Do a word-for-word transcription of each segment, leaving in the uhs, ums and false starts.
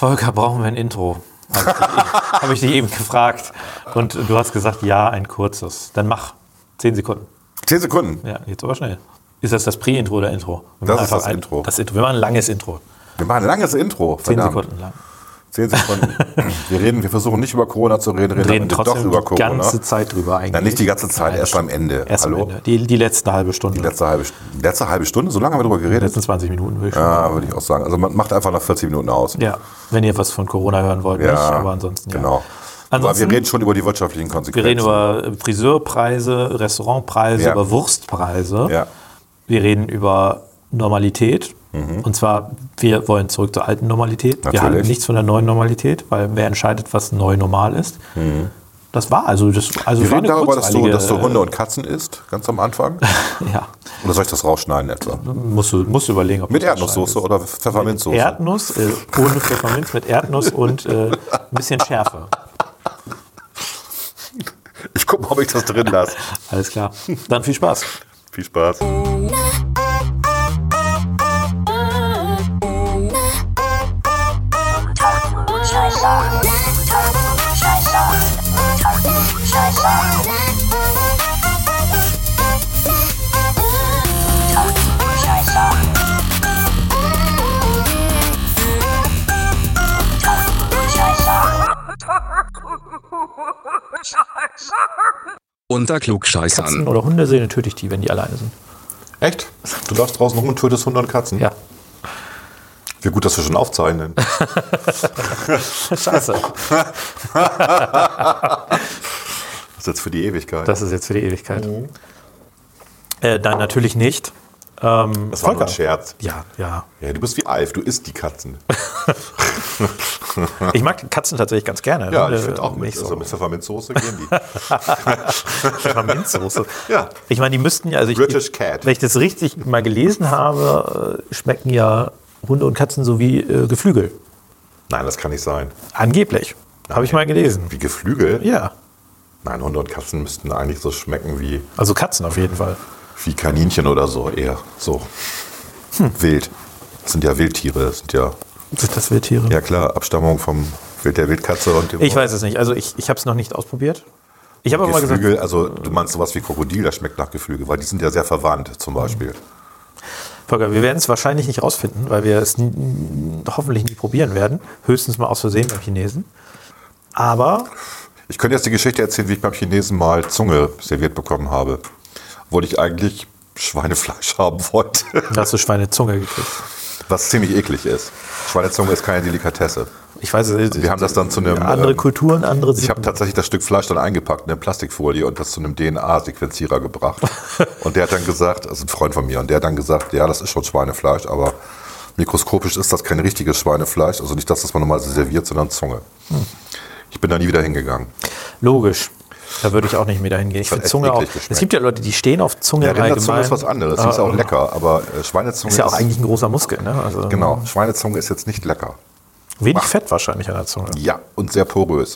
Volker, brauchen wir ein Intro? Habe ich, dich- hab ich dich eben gefragt. Und du hast gesagt, ja, ein kurzes. Dann mach. Zehn Sekunden. Zehn Sekunden. Ja, jetzt aber schnell. Ist das das Pre-Intro oder Intro? Wir Das machen ist einfach das ein, Intro. Das Intro. Wir machen ein langes Intro. Wir machen ein langes Intro. Zehn verdammt. Sekunden lang. Zehn Sekunden. Wir reden, wir versuchen nicht über Corona zu reden, Wir reden reden am Ende doch trotzdem über die Corona. ganze Zeit drüber eigentlich. Nein, nicht die ganze Zeit, Nein, erst am Ende. Erst Hallo? am Ende. Die, die letzte halbe Stunde. Die letzte halbe, letzte halbe Stunde, so lange haben wir drüber Die geredet. letzten zwanzig Minuten würde ich schon Ja, sagen. würde ich auch sagen. Also man macht einfach nach vierzig Minuten aus. Ja, wenn ihr was von Corona hören wollt, Ja, nicht, aber ansonsten ja. Genau. Ansonsten, Aber wir reden schon über die wirtschaftlichen wir Konsequenzen. reden über Friseurpreise, Restaurantpreise, Ja. über Wurstpreise. Ja. Wir reden über Normalität. Und zwar, wir wollen zurück zur alten Normalität. Wir Natürlich. halten nichts von der neuen Normalität, weil wer entscheidet, was neu normal ist. Das war also das. Also Wir war reden eine darüber, dass du, kurzweilige, dass du Hunde und Katzen isst, ganz am Anfang. Ja, Oder soll ich das rausschneiden etwa? musst du, musst du überlegen, ob Mit du das Erdnusssoße schneidest. oder Pfefferminzsoße? Erdnuss, äh, ohne Pfefferminz, mit Erdnuss und äh, ein bisschen Schärfe. Ich gucke mal, ob ich das drin lasse. Alles klar. Dann viel Spaß. Viel Spaß. Unter Klugscheißern. Katzen oder Hunde sehen, töte ich die, wenn die alleine sind. Echt? Du läufst draußen rum und tötest Hunde und Katzen? Ja. Wie gut, dass wir schon aufzeichnen. Scheiße. Das ist jetzt für die Ewigkeit. Das ist jetzt für die Ewigkeit. Äh, nein, natürlich nicht. Ähm, Das war nur Volker. ein Scherz. Ja, ja. Ja, du bist wie Alf, du isst die Katzen. Ich mag Katzen tatsächlich ganz gerne. Ja, Hunde ich finde auch mit, nicht so. also mit Pfefferminzsoße gehen die. Pfefferminzsoße. Ja. Ich meine, die müssten ja, also ich, British Cat. wenn ich das richtig mal gelesen habe, äh, schmecken ja Hunde und Katzen so wie äh, Geflügel. Nein, das kann nicht sein. Angeblich. Habe ich mal gelesen. Wie Geflügel? Ja, Nein, Hunde und Katzen müssten eigentlich so schmecken wie, also Katzen auf jeden Fall. wie Kaninchen oder so. Eher so wild. Das sind ja Wildtiere. Das sind ja, Sind das Wildtiere? ja klar, Abstammung vom Wild der Wildkatze und dem Ich weiß es nicht. Also ich, ich habe es noch nicht ausprobiert. Ich habe aber mal gesagt, Geflügel. Also du meinst sowas wie Krokodil, das schmeckt nach Geflügel, weil die sind ja sehr verwandt zum Beispiel. Volker, wir werden es wahrscheinlich nicht rausfinden, weil wir es n- hoffentlich nie probieren werden. Höchstens mal aus Versehen beim Chinesen. Aber Ich könnte jetzt die Geschichte erzählen, wie ich beim Chinesen mal Zunge serviert bekommen habe. Obwohl ich eigentlich Schweinefleisch haben wollte. da hast du Schweinezunge gekriegt. Was ziemlich eklig ist. Schweinezunge ist keine Delikatesse. Ich weiß es. Wir haben das dann zu einem... Andere ähm, Kulturen, andere Ich habe Sitten. tatsächlich das Stück Fleisch dann eingepackt in eine Plastikfolie und das zu einem D N A-Sequenzierer gebracht. Und der hat dann gesagt, also ein Freund von mir, und der hat dann gesagt, ja, das ist schon Schweinefleisch, aber mikroskopisch ist das kein richtiges Schweinefleisch. Also nicht das, was man normalerweise serviert, sondern Zunge. Ich bin da nie wieder hingegangen. Logisch. Da würde ich auch nicht mehr dahin gehen. Ich hat finde echt Zunge auch. eklig geschmeckt. Es gibt ja Leute, die stehen auf Zunge Ja, Rinderzunge allgemein. ist was anderes. Die ist auch lecker, aber äh, Schweinezunge Ist ja auch eigentlich ein großer Muskel. Ne? Also Genau, Schweinezunge ist jetzt nicht lecker. wenig Fett wahrscheinlich an der Zunge. Ja, und sehr porös.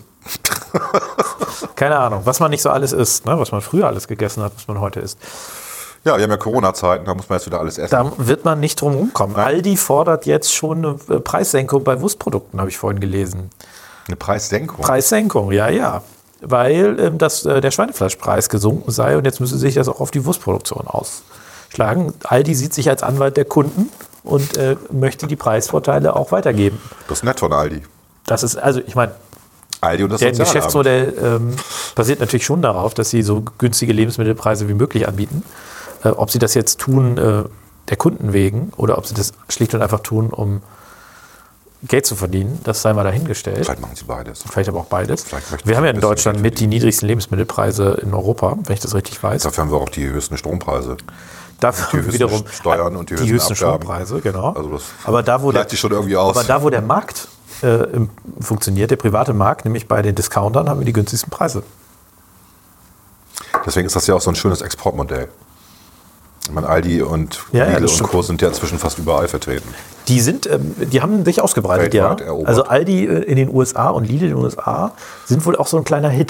Keine Ahnung, was man nicht so alles isst, ne? Was man früher alles gegessen hat, was man heute isst. Ja, wir haben ja Corona-Zeiten, da muss man jetzt wieder alles essen. Da wird man nicht drum rumkommen. Aldi fordert jetzt schon eine äh, Preissenkung bei Wurstprodukten, habe ich vorhin gelesen. Eine Preissenkung. Preissenkung, ja, ja. Weil ähm, das, äh, der Schweinefleischpreis gesunken sei und jetzt müsse sich das auch auf die Wurstproduktion ausschlagen. Aldi sieht sich als Anwalt der Kunden und äh, möchte die Preisvorteile auch weitergeben. Das ist nett von Aldi. Das ist, also ich meine, Aldi und das deren Sozialamt. Geschäftsmodell ähm, basiert natürlich schon darauf, dass sie so günstige Lebensmittelpreise wie möglich anbieten. Äh, ob sie das jetzt tun äh, der Kunden wegen oder ob sie das schlicht und einfach tun, um Geld zu verdienen, das sei mal dahingestellt. Vielleicht machen sie beides. Vielleicht aber auch beides. Vielleicht möchten Wir sie haben ja ein in bisschen Deutschland Geld mit die niedrigsten Lebensmittelpreise in Europa, wenn ich das richtig weiß. Dafür haben wir auch die höchsten Strompreise. Dafür höchsten wiederum Steuern und die höchsten höchsten Abgaben. Strompreise, genau. Also das aber da, wo der, gleicht sich schon irgendwie aus. aber da, wo der Markt äh, im, funktioniert, der private Markt, nämlich bei den Discountern, haben wir die günstigsten Preise. Deswegen ist das ja auch so ein schönes Exportmodell. Ich meine, Aldi und Ja, ja, Lidl das und stimmt. Co. sind ja inzwischen fast überall vertreten. Die sind, ähm, die haben sich ausgebreitet, ja. Weltweit erobert. Also Aldi äh, in den U S A und Lidl in den U S A sind wohl auch so ein kleiner Hit.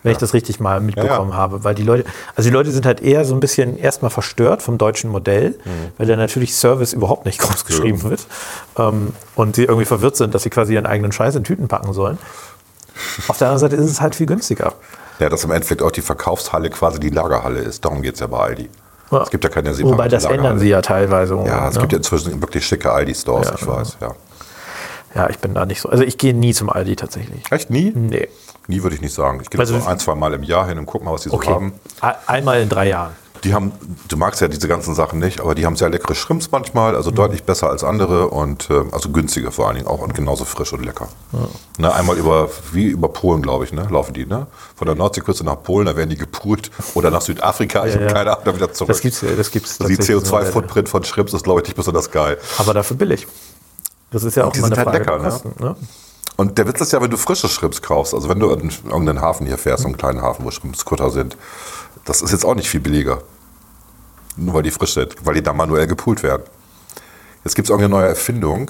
wenn Ja. ich das richtig mal mitbekommen Ja, ja. habe. Weil die Leute, also die Leute sind halt eher so ein bisschen erstmal verstört vom deutschen Modell, Mhm. weil da natürlich Service überhaupt nicht groß geschrieben wird. Ähm, und sie irgendwie verwirrt sind, dass sie quasi ihren eigenen Scheiß in Tüten packen sollen. Auf der anderen Seite ist es halt viel günstiger. Ja, dass im Endeffekt auch die Verkaufshalle quasi die Lagerhalle ist. Darum geht es ja bei Aldi. Ja. Es gibt ja keine separate Wobei, das Lagerhalle. ändern sie ja teilweise. Ja, es ne? gibt ja inzwischen wirklich schicke Aldi-Stores, Ja, ich weiß, ja. Ja, ich bin da nicht so. Also ich gehe nie zum Aldi tatsächlich. Echt nie? Nee. Nie würde ich nicht sagen. Ich gehe Also- so ein, zwei Mal im Jahr hin und gucke mal, was die so Okay. haben. A- Einmal in drei Jahren. Die haben, du magst ja diese ganzen Sachen nicht, aber die haben sehr leckere Shrimps manchmal, Mhm. also deutlich besser als andere und äh, also günstiger vor allen Dingen auch und genauso frisch und lecker. Ne, einmal über, wie über Polen, glaube ich, ne, laufen die, ne? Von der Nordseeküste nach Polen, da werden die gepult oder nach Südafrika, ich Ja, habe ja. keine Ahnung, dann wieder zurück. Das gibt's, das gibt's also die tatsächlich C O zwei so. Footprint von Shrimps ist, glaube ich, nicht besonders geil. Aber dafür billig. Das ist ja auch die immer sind eine halt Frage lecker, der ne? Kosten, ne? Und der Witz ist ja, wenn du frische Shrimps kaufst, also wenn du in irgendeinen Hafen hier fährst, so einen kleinen Hafen, wo Shrimpskutter sind, das ist jetzt auch nicht viel billiger. Nur weil die frisch sind, weil die da manuell gepult werden. Jetzt gibt es irgendeine neue Erfindung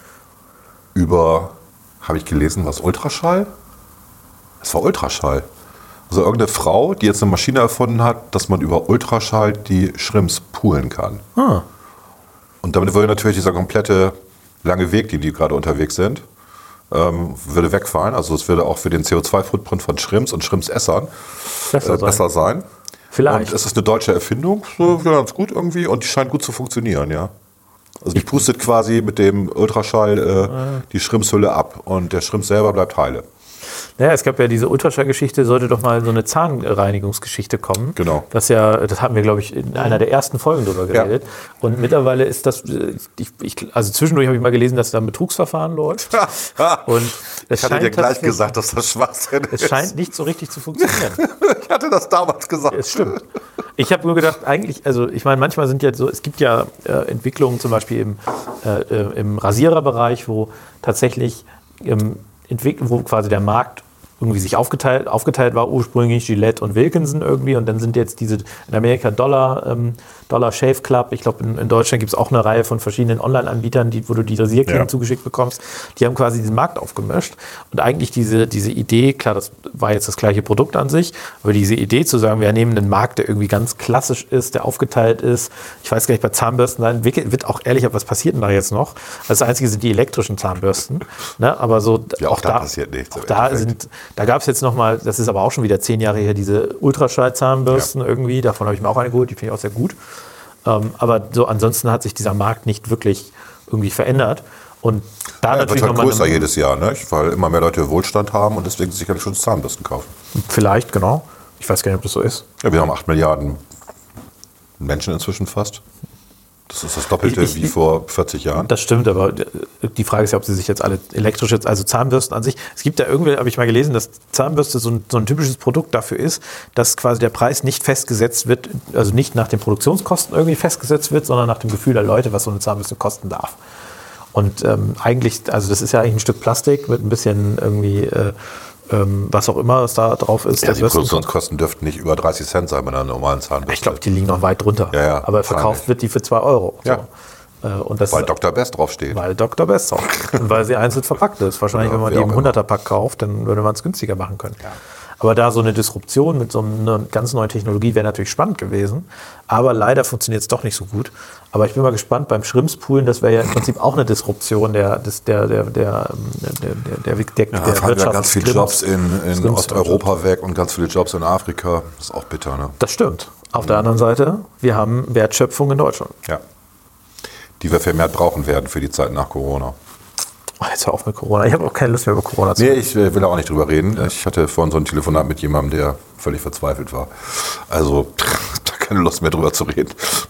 über, habe ich gelesen, was, Ultraschall? Es war Ultraschall. Also irgendeine Frau, die jetzt eine Maschine erfunden hat, dass man über Ultraschall die Shrimps poolen kann. Ah. Und damit würde natürlich dieser komplette lange Weg, den die gerade unterwegs sind, ähm, würde wegfallen. Also es würde auch für den C O zwei Footprint von Shrimps und Shrimpsessern Besser äh, sein. besser sein. Vielleicht. Und es ist eine deutsche Erfindung, so ja, ganz gut irgendwie, und die scheint gut zu funktionieren, ja. Also die pustet quasi mit dem Ultraschall äh, die Shrimpshülle ab und der Shrimp selber bleibt heile. Naja, es gab ja diese Ultraschallgeschichte, sollte doch mal so eine Zahnreinigungsgeschichte kommen. Genau. Das ja, das hatten wir, glaube ich, in einer der ersten Folgen drüber geredet. Ja. Und mittlerweile ist das, äh, ich, ich, also zwischendurch habe ich mal gelesen, dass da ein Betrugsverfahren läuft. Und es Ich hatte dir scheint gleich tatsächlich- gesagt, dass das Schwachsinn Es ist. scheint nicht so richtig zu funktionieren. Ich hatte das damals gesagt. Es stimmt. Ich habe nur gedacht, eigentlich, also ich meine, manchmal sind ja so, es gibt ja äh, Entwicklungen zum Beispiel im, äh, äh, im Rasiererbereich, wo tatsächlich ähm, entwickelt, wo quasi der Markt irgendwie sich aufgeteilt, aufgeteilt war, ursprünglich Gillette und Wilkinson irgendwie, und dann sind jetzt diese in Amerika Dollar, ähm, Dollar Shave Club, ich glaube in, in Deutschland gibt es auch eine Reihe von verschiedenen Online-Anbietern, die, wo du die Rasiercreme Ja. zugeschickt bekommst, die haben quasi diesen Markt aufgemischt und eigentlich diese, diese Idee, klar, das war jetzt das gleiche Produkt an sich, aber diese Idee zu sagen, wir nehmen einen Markt, der irgendwie ganz klassisch ist, der aufgeteilt ist, ich weiß gar nicht, bei Zahnbürsten, nein, wird wird auch ehrlich, was passiert denn da jetzt noch? Das Einzige sind die elektrischen Zahnbürsten, ne? Aber so, Ja, auch auch da da, passiert nichts im auch da Endeffekt. sind, da gab es jetzt noch mal, das ist aber auch schon wieder zehn Jahre her, diese Ultraschall-Zahnbürsten irgendwie, davon habe ich mir auch eine geholt, die finde ich auch sehr gut. Ähm, aber so ansonsten hat sich dieser Markt nicht wirklich irgendwie verändert. Und da Ja, wird natürlich halt nochmal größer eine, jedes Jahr, ne? Weil immer mehr Leute Wohlstand haben und deswegen sich schon Zahnbürsten kaufen. vielleicht, genau. Ich weiß gar nicht, ob das so ist. Ja, wir haben acht Milliarden Menschen inzwischen fast. Das ist das Doppelte Ich- ich- wie vor vierzig Jahren. Das stimmt, aber die Frage ist ja, ob sie sich jetzt alle elektrisch jetzt, also Zahnbürsten an sich. Es gibt ja irgendwie, habe ich mal gelesen, dass Zahnbürste so ein, so ein typisches Produkt dafür ist, dass quasi der Preis nicht festgesetzt wird, also nicht nach den Produktionskosten irgendwie festgesetzt wird, sondern nach dem Gefühl der Leute, was so eine Zahnbürste kosten darf. Und ähm, eigentlich, also das ist ja eigentlich ein Stück Plastik mit ein bisschen irgendwie, äh, ähm, was auch immer es da drauf ist. Ja, der die Bürsten- Produktionskosten dürften nicht über dreißig Cent sein bei einer normalen Zahnbürste. Ich glaube, die liegen noch weit drunter. Ja, ja, aber verkauft wahrscheinlich. wird die für zwei Euro. Ja. So. Äh, Und das Weil ist, Doktor Best draufsteht. weil Doktor Best drauf. Und weil sie einzeln verpackt ist. Wahrscheinlich, Ja, wenn man wie die auch im immer. hunderter-Pack kauft, dann würde man es günstiger machen können. Aber da so eine Disruption mit so einer ganz neuen Technologie wäre natürlich spannend gewesen. Aber leider funktioniert es doch nicht so gut. Aber ich bin mal gespannt, beim Schrimpspoolen, das wäre ja im Prinzip auch eine Disruption der, des, der, der, der, der, der, der, der, Ja, der da fallen ja ganz viele Schrimps- Jobs in, in Schrimps- Osteuropa weg und ganz viele Jobs in Afrika. Das ist auch bitter, ne? Das stimmt. Auf der anderen Seite, wir haben Wertschöpfung in Deutschland. Ja. Die wir vermehrt brauchen werden für die Zeit nach Corona. Oh, jetzt hör auf mit Corona. Ich habe auch keine Lust mehr über Corona zu Nee, reden. ich äh, will auch nicht drüber reden. Ich hatte vorhin so ein Telefonat mit jemandem, der völlig verzweifelt war. Also, da keine Lust mehr drüber zu reden.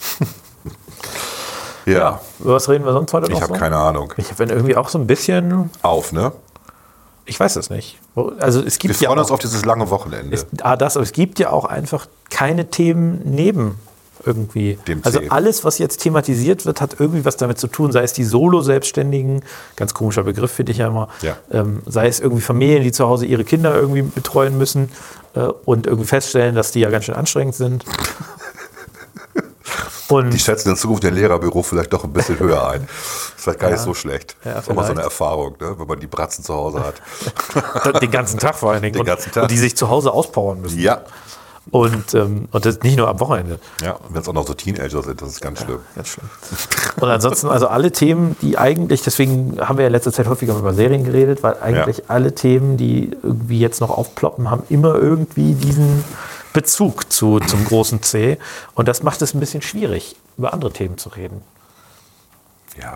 ja, Über was reden wir sonst heute noch ich habe so? keine Ahnung. Ich bin irgendwie auch so ein bisschen, Auf, ne? ich weiß es nicht. Also es Wir gibt ja freuen auch, uns auf dieses lange Wochenende. es, ah, das, aber es gibt ja auch einfach keine Themen neben irgendwie. Dem Also C. alles, was jetzt thematisiert wird, hat irgendwie was damit zu tun, sei es die Solo-Selbstständigen, ganz komischer Begriff finde ich ja immer, Ja. ähm, sei es irgendwie Familien, die zu Hause ihre Kinder irgendwie betreuen müssen äh, und irgendwie feststellen, dass die ja ganz schön anstrengend sind. Und Die schätzen in Zukunft den Lehrerbüro vielleicht doch ein bisschen höher ein. Ist vielleicht gar Ja. nicht so schlecht. Ja, das ist immer so eine vielleicht. Erfahrung, ne? Wenn man die Bratzen zu Hause hat. den ganzen Tag vor allen Dingen. Den und, ganzen Tag. und die sich zu Hause auspowern müssen. Ja. Und, ähm, und das nicht nur am Wochenende. Ja, und wenn es auch noch so Teenager sind, das ist ganz schlimm. Ganz schlimm. Und ansonsten, also alle Themen, die eigentlich, deswegen haben wir ja in letzter Zeit häufiger über Serien geredet, weil eigentlich Ja. alle Themen, die irgendwie jetzt noch aufploppen, haben immer irgendwie diesen Bezug zu, zum großen C. Und das macht es ein bisschen schwierig, über andere Themen zu reden. Ja.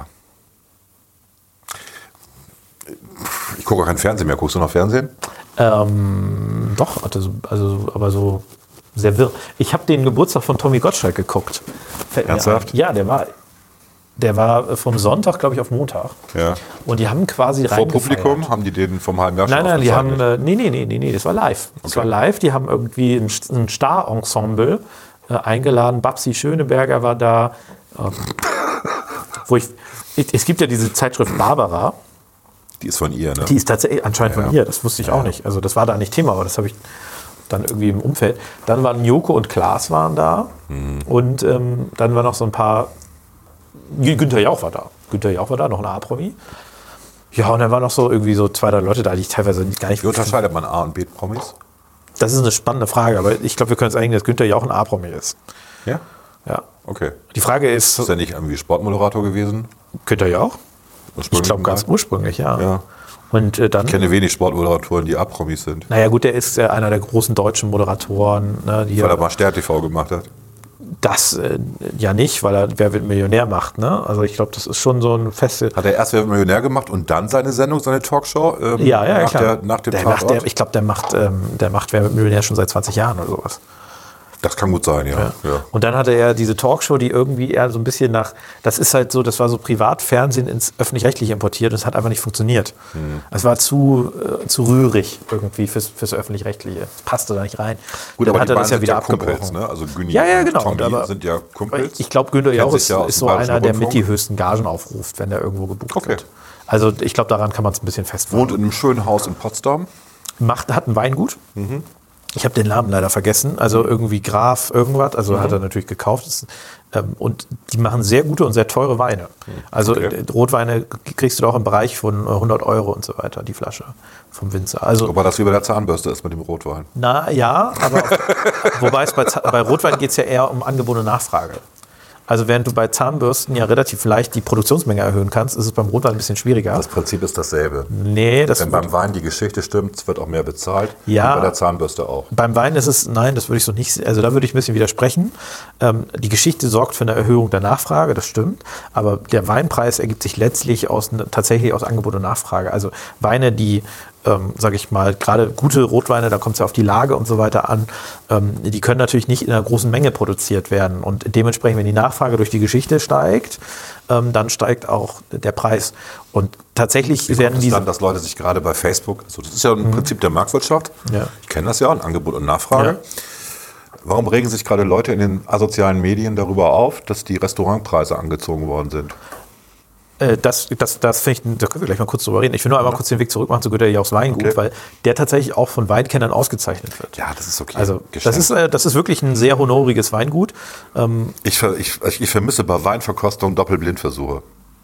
Ich gucke auch kein Fernsehen mehr. Guckst du noch Fernsehen? Ähm, doch, also, also, aber so sehr wirr. Ich habe den Geburtstag von Tommy Gottschalk geguckt. Fällt mir Ernsthaft? ein. Ja, der war, der war vom Sonntag, glaube ich, auf Montag. Ja. Und die haben quasi Vor reingefeiert. Publikum? Haben die den vom halben Jahr schon Nein, nein, die haben, aufgezeichnet? äh, nee, nee, nee, nee, nee, das war live. Das Okay. war live, die haben irgendwie ein, ein Star-Ensemble äh, eingeladen. Babsi Schöneberger war da. Ähm, wo ich, ich, es gibt ja diese Zeitschrift Barbara, Die ist von ihr, ne? die ist tatsächlich anscheinend Ja. von ihr, das wusste ich auch nicht. Also das war da nicht Thema, aber das habe ich dann irgendwie im Umfeld. Dann waren Joko und Klaas waren da Mhm. und ähm, dann war noch so ein paar, Günther Jauch war da. Günther Jauch war da, noch ein A-Promi. Ja, und dann waren noch so irgendwie so zwei, drei Leute da, die ich teilweise gar nicht... Wie unterscheidet man A und B-Promis? Das ist eine spannende Frage, aber ich glaube, wir können uns einigen, dass Günther Jauch ein A-Promi ist. Ja? Ja. Okay. Die Frage ist, Ist er nicht irgendwie Sportmoderator gewesen? Günther Jauch? Ich Ursprünglich glaube ganz mal? ursprünglich, ja. Ja. Und äh, dann, Ich kenne wenig Sportmoderatoren, die A-Promis sind. naja gut, der ist äh, einer der großen deutschen Moderatoren. Ne, die Weil er mal Stern T V gemacht hat. das äh, ja nicht, weil er Wer wird Millionär macht. Ne? Also ich glaube, das ist schon so ein feste... Hat er erst Wer wird Millionär gemacht und dann seine Sendung, seine Talkshow? Ähm, Ja, ja, nach, klar. der, nach dem der macht, Tatort? der, ich glaube, der macht, ähm, der macht Wer wird Millionär schon seit zwanzig Jahren oder sowas. Das kann gut sein, ja. ja. Und dann hatte er diese Talkshow, die irgendwie eher so ein bisschen nach, das ist halt so, das war so Privatfernsehen ins Öffentlich-Rechtliche importiert und es hat einfach nicht funktioniert. Hm. Es war zu, äh, zu rührig irgendwie fürs, fürs Öffentlich-Rechtliche. Es passte da nicht rein. Gut, dann aber hat die er beiden das ja sind wieder ja abgebrochen. Kumpels, ne? Also Günni Ja, ja, und genau. Tommy Aber sind ja Kumpels. Ich glaube, Günther Kennen Jauch sich ist, ja aus ist dem so Bayerischen einer, der mit Rundfunk. die höchsten Gagen aufruft, wenn der irgendwo gebucht Okay. wird. Also ich glaube, daran kann man es ein bisschen festmachen. Wohnt in einem schönen Haus in Potsdam. Macht, hat ein Weingut. Ich habe den Namen leider vergessen. Also irgendwie Graf irgendwas. Also hat er natürlich gekauft. Das, ähm, und die machen sehr gute und sehr teure Weine. Also Okay. äh, Rotweine kriegst du da auch im Bereich von äh, hundert Euro und so weiter, die Flasche vom Winzer. Also Wobei das wie bei der Zahnbürste ist mit dem Rotwein. na ja, aber wobei es bei, Z- bei Rotwein geht es ja eher um Angebot und Nachfrage. Also während du bei Zahnbürsten ja relativ leicht die Produktionsmenge erhöhen kannst, ist es beim Rotwein ein bisschen schwieriger. Das Prinzip ist dasselbe. nee, das Wenn beim Wein die Geschichte stimmt, es wird auch mehr bezahlt. Ja. Und bei der Zahnbürste auch. Beim Wein ist es, nein, das würde ich so nicht, also da würde ich ein bisschen widersprechen. Ähm, die Geschichte sorgt für eine Erhöhung der Nachfrage, das stimmt, aber der Weinpreis ergibt sich letztlich aus, tatsächlich aus Angebot und Nachfrage. Also Weine, die, ähm, sage ich mal, gerade gute Rotweine, da kommt es ja auf die Lage und so weiter an, ähm, die können natürlich nicht in einer großen Menge produziert werden und dementsprechend, wenn die Nachfrage durch die Geschichte steigt, ähm, dann steigt auch der Preis. Und tatsächlich Wie werden kommt es diese... dann, dass Leute sich gerade bei Facebook, also das ist ja ein Prinzip der Marktwirtschaft, Ja. ich kenne das ja, ein Angebot und Nachfrage. Ja. Warum regen sich gerade Leute in den asozialen Medien darüber auf, dass die Restaurantpreise angezogen worden sind? Äh, Das, das, das finde ich, da können wir gleich mal kurz drüber reden. Ich will nur einmal kurz den Weg zurück machen zu Günther Jauchs Weingut, Okay. weil der tatsächlich auch von Weinkennern ausgezeichnet wird. Ja, das ist okay. Also das Geschenk. ist, äh, das ist wirklich ein sehr honoriges Weingut. Ähm, ich, ver- ich, ich vermisse bei Weinverkostung Doppelblindversuche.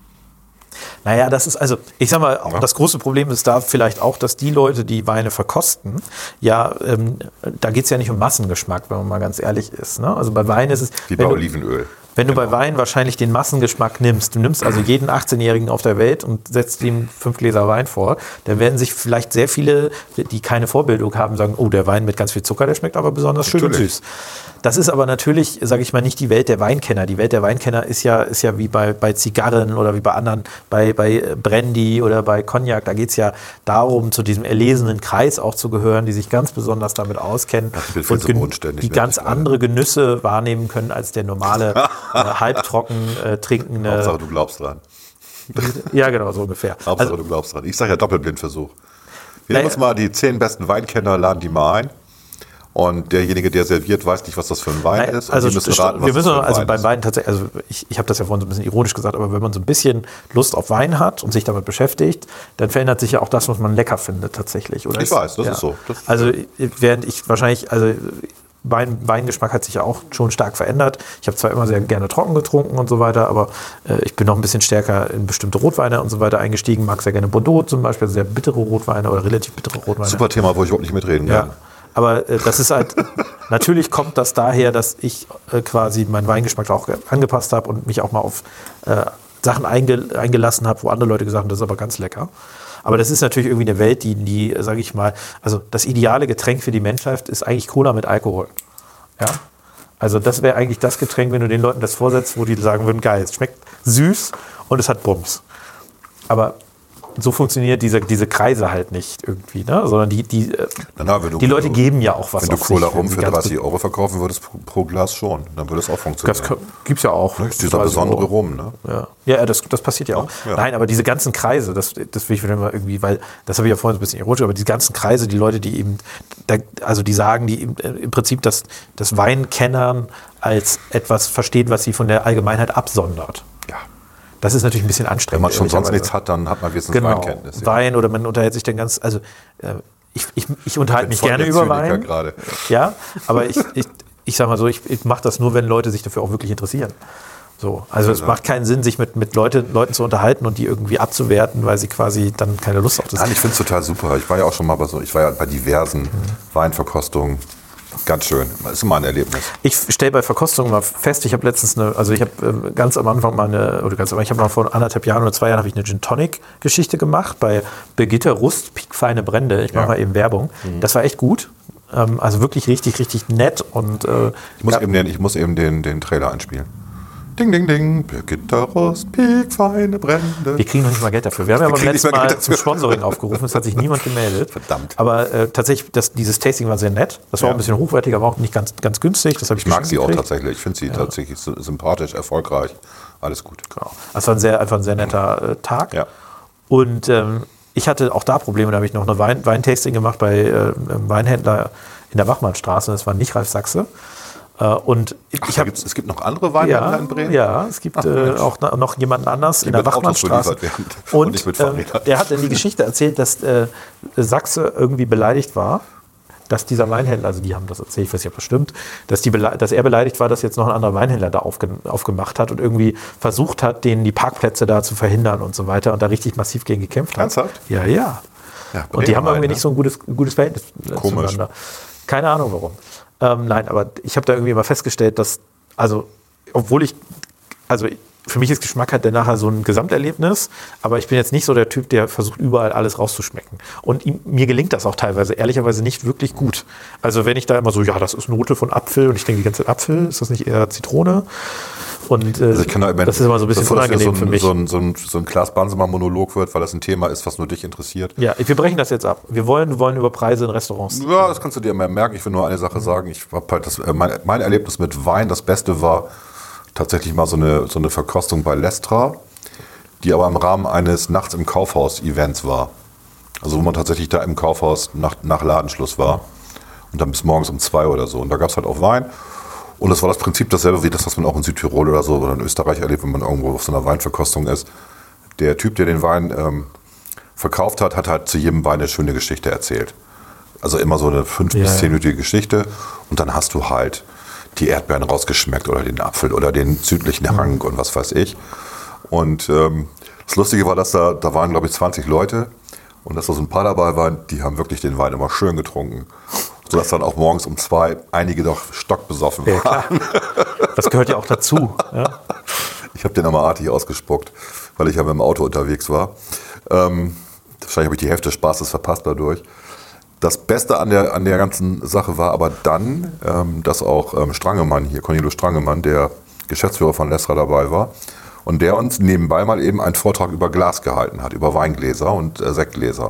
naja, das ist also, ich sag mal, Ja. das große Problem ist da vielleicht auch, dass die Leute, die Weine verkosten, ja, ähm, da geht es ja nicht um Massengeschmack, wenn man mal ganz ehrlich ist. Ne? Also bei Wein ist es, Wie bei wenn du, Olivenöl. wenn du bei Wein wahrscheinlich den Massengeschmack nimmst, du nimmst also jeden achtzehnjährigen auf der Welt und setzt ihm fünf Gläser Wein vor, dann werden sich vielleicht sehr viele, die keine Vorbildung haben, sagen, oh, der Wein mit ganz viel Zucker, der schmeckt aber besonders schön und Natürlich. süß. Das ist aber natürlich, sage ich mal, nicht die Welt der Weinkenner. Die Welt der Weinkenner ist ja, ist ja wie bei, bei Zigarren oder wie bei anderen, bei, bei Brandy oder bei Cognac. Da geht es ja darum, zu diesem erlesenen Kreis auch zu gehören, die sich ganz besonders damit auskennen ich bin viel zu gen- bodenständig, die merke ganz ich gerade. andere Genüsse wahrnehmen können als der normale äh, halbtrocken äh, trinkende. Hauptsache, du glaubst dran. Ja, genau, so ungefähr. Hauptsache, Also, du glaubst dran. Ich sage ja Doppelblindversuch. Wir Naja. nehmen uns mal die zehn besten Weinkenner, laden die mal ein. Und derjenige, der serviert, weiß nicht, was das für ein Wein ist. Und also, die müssen st- raten, was wir das müssen für ein also Wein beim ist. Wein tatsächlich, also ich, ich habe das ja vorhin so ein bisschen ironisch gesagt, aber wenn man so ein bisschen Lust auf Wein hat und sich damit beschäftigt, dann verändert sich ja auch das, was man lecker findet tatsächlich. Oder Ich weiß, das ist so. Das ist also während ich wahrscheinlich, also Wein, Weingeschmack hat sich ja auch schon stark verändert. Ich habe zwar immer sehr gerne trocken getrunken und so weiter, aber äh, ich bin noch ein bisschen stärker in bestimmte Rotweine und so weiter eingestiegen. Mag sehr gerne Bordeaux zum Beispiel, also sehr bittere Rotweine oder relativ bittere Rotweine. Super Thema, wo ich überhaupt nicht mitreden kann. Ja. Aber äh, das ist halt, natürlich kommt das daher, dass ich äh, quasi meinen Weingeschmack auch angepasst habe und mich auch mal auf äh, Sachen einge, eingelassen habe, wo andere Leute gesagt haben, das ist aber ganz lecker. Aber das ist natürlich irgendwie eine Welt, die, die sage ich mal, also das ideale Getränk für die Menschheit ist eigentlich Cola mit Alkohol. Ja? Also das wäre eigentlich das Getränk, wenn du den Leuten das vorsetzt, wo die sagen würden, geil, es schmeckt süß und es hat Bums. Aber so funktioniert diese, diese Kreise halt nicht irgendwie, ne? Sondern die, die, na, na, du, die Leute geben ja auch was Wenn du auf Cola sich, rum für dreißig gut. Euro verkaufen würdest pro, pro Glas schon, dann würde es auch funktionieren. Das gibt es ja auch. Das ist dieser besondere Rum, ne? Ja, ja das, das passiert ja auch. Ja. Nein, aber diese ganzen Kreise, das, das will ich wieder mal irgendwie, weil, das habe ich ja vorhin ein bisschen ironisch, aber diese ganzen Kreise, die Leute, die eben, da, also die sagen, die im, im Prinzip das, das Weinkennern als etwas versteht, was sie von der Allgemeinheit absondert. Ja. Das ist natürlich ein bisschen anstrengend. Wenn man schon sonst nichts hat, dann hat man wenigstens genau. Weinkenntnis. Ja. Wein oder man unterhält sich dann ganz, also äh, ich, ich, ich unterhalte mich gerne über Wein. Grade. Ja, aber ich, ich, ich sag mal so, ich, ich mache das nur, wenn Leute sich dafür auch wirklich interessieren. So, also es macht keinen Sinn, sich mit, mit Leute, Leuten zu unterhalten und die irgendwie abzuwerten, weil sie quasi dann keine Lust auf das haben. Nein, ich finde es total super. Ich war ja auch schon mal bei so, ich war ja bei diversen mhm. Weinverkostungen. Ganz schön. Das ist immer ein Erlebnis. Ich stelle bei Verkostungen mal fest, ich habe letztens eine, also ich habe äh, ganz am Anfang mal eine, oder ganz am Anfang, ich habe mal vor anderthalb Jahren oder zwei Jahren habe ich eine Gin Tonic Geschichte gemacht bei Birgitta Rust, piekfeine Brände. Ich mache ja. mal eben Werbung. Mhm. Das war echt gut. Ähm, also wirklich richtig, richtig nett und äh, ich muss ja. eben den, ich muss eben den, den Trailer einspielen. Ding, ding, ding, Birgitta Rust, piekfeine Brände. Wir kriegen noch nicht mal Geld dafür. Wir haben ja beim letzten Mal zum Sponsoring aufgerufen, es hat sich niemand gemeldet. Verdammt. Aber äh, tatsächlich, das, dieses Tasting war sehr nett. Das war ja. auch ein bisschen hochwertig, aber auch nicht ganz, ganz günstig. Das ich, ich mag sie gekriegt. Auch tatsächlich. Ich finde sie ja. tatsächlich sympathisch, erfolgreich. Alles gut. Genau. Das war ein sehr, einfach ein sehr netter äh, Tag. Ja. Und ähm, ich hatte auch da Probleme. Da habe ich noch eine Wein, Weintasting gemacht bei äh, einem Weinhändler in der Wachmannstraße. Das war nicht Ralf Sachse. Und Ach, ich hab, es gibt noch andere Weinhändler ja, in Bremen? Ja, es gibt Ach, äh, auch noch jemanden anders die in der Wachmannstraße. Und, und äh, der hat dann die Geschichte erzählt, dass äh, Sachse irgendwie beleidigt war, dass dieser Weinhändler, also die haben das erzählt, ich weiß nicht, ob das stimmt, dass, die dass er beleidigt war, dass jetzt noch ein anderer Weinhändler da aufge aufgemacht hat und irgendwie versucht hat, denen die Parkplätze da zu verhindern und so weiter und da richtig massiv gegen gekämpft hat. Ernsthaft? Ja, ja. ja und die haben irgendwie ne? nicht so ein gutes, gutes Verhältnis Komisch. zueinander. Keine Ahnung warum. Ähm, nein, aber ich habe da irgendwie mal festgestellt, dass, also, obwohl ich, also für mich ist Geschmack halt dann nachher so ein Gesamterlebnis, aber ich bin jetzt nicht so der Typ, der versucht, überall alles rauszuschmecken. Und ihm, mir gelingt das auch teilweise, ehrlicherweise nicht wirklich gut. Also wenn ich da immer so, ja, das ist Note von Apfel und ich denke die ganze Zeit Apfel, ist das nicht eher Zitrone? Und äh, also ich kann da immer, das ist immer so ein bisschen unangenehm so ein, für mich. So ein, so ein, so ein Klaas-Bansemann-Monolog wird, weil das ein Thema ist, was nur dich interessiert. Ja, wir brechen das jetzt ab. Wir wollen, wollen über Preise in Restaurants. Ja, das kannst du dir mal merken. Ich will nur eine Sache sagen. Ich hab halt das, mein, mein Erlebnis mit Wein, das Beste war tatsächlich mal so eine, so eine Verkostung bei Lestra, die aber im Rahmen eines Nachts im Kaufhaus-Events war. Also wo man tatsächlich da im Kaufhaus nach, nach Ladenschluss war und dann bis morgens um zwei oder so. Und da gab es halt auch Wein. Und das war das Prinzip dasselbe wie das, was man auch in Südtirol oder so oder in Österreich erlebt, wenn man irgendwo auf so einer Weinverkostung ist. Der Typ, der den Wein ähm, verkauft hat, hat halt zu jedem Wein eine schöne Geschichte erzählt. Also immer so eine fünf- ja, bis ja. zehnminütige Geschichte. Und dann hast du halt die Erdbeeren rausgeschmeckt oder den Apfel oder den südlichen Hang und was weiß ich. Und ähm, das Lustige war, dass da, da waren, glaube ich, zwanzig Leute und dass da so ein paar dabei waren, die haben wirklich den Wein immer schön getrunken. Sodass dann auch morgens um zwei einige doch stockbesoffen ja, waren. Klar. Das gehört ja auch dazu. Ja? Ich habe den immer artig ausgespuckt, weil ich ja mit dem Auto unterwegs war. Ähm, wahrscheinlich habe ich die Hälfte des Spaßes verpasst dadurch. Das Beste an der, an der ganzen Sache war aber dann, ähm, dass auch ähm, Strangemann hier, Cornelius Strangemann, der Geschäftsführer von Lestra dabei war und der uns nebenbei mal eben einen Vortrag über Glas gehalten hat, über Weingläser und äh, Sektgläser.